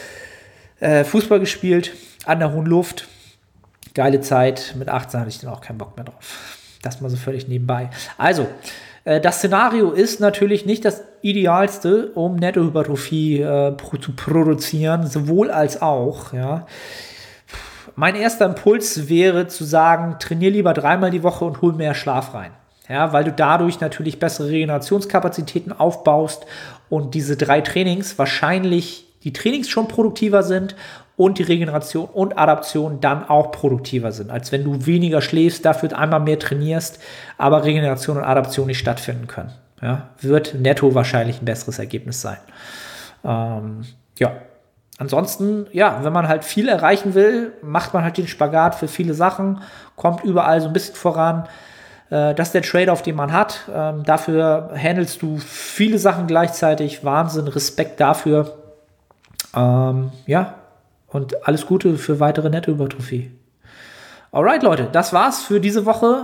äh, Fußball gespielt, an der hohen Luft. Geile Zeit. Mit achtzehn hatte ich dann auch keinen Bock mehr drauf. Das mal so völlig nebenbei. Also, das Szenario ist natürlich nicht das Idealste, um Nettohypertrophie äh, pro, zu produzieren, sowohl als auch. Ja. Mein erster Impuls wäre zu sagen, trainier lieber dreimal die Woche und hol mehr Schlaf rein. Ja, weil du dadurch natürlich bessere Regenerationskapazitäten aufbaust und diese drei Trainings wahrscheinlich die Trainings schon produktiver sind und die Regeneration und Adaption dann auch produktiver sind, als wenn du weniger schläfst, dafür einmal mehr trainierst, aber Regeneration und Adaption nicht stattfinden können. Ja, wird netto wahrscheinlich ein besseres Ergebnis sein. Ähm, ja, ansonsten, ja, wenn man halt viel erreichen will, macht man halt den Spagat für viele Sachen, kommt überall so ein bisschen voran. Äh, das ist der Trade-off, den man hat. Ähm, dafür handelst du viele Sachen gleichzeitig. Wahnsinn, Respekt dafür. Ähm, ja, und alles Gute für weitere Nettohypertrophie. Alright, Leute, das war's für diese Woche.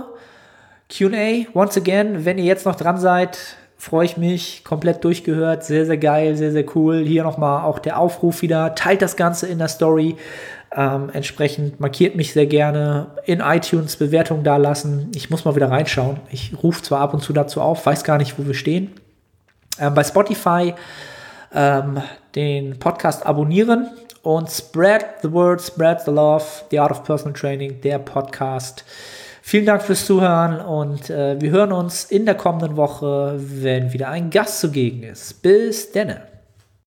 Q und A, once again, wenn ihr jetzt noch dran seid, freue ich mich, komplett durchgehört, sehr, sehr geil, sehr, sehr cool. Hier nochmal auch der Aufruf wieder, teilt das Ganze in der Story. Ähm, entsprechend markiert mich sehr gerne, in iTunes Bewertungen da lassen. Ich muss mal wieder reinschauen. Ich rufe zwar ab und zu dazu auf, weiß gar nicht, wo wir stehen. Ähm, bei Spotify ähm, den Podcast abonnieren und spread the word, spread the love, the art of personal training, der Podcast. Vielen Dank fürs Zuhören und äh, wir hören uns in der kommenden Woche, wenn wieder ein Gast zugegen ist. Bis denne.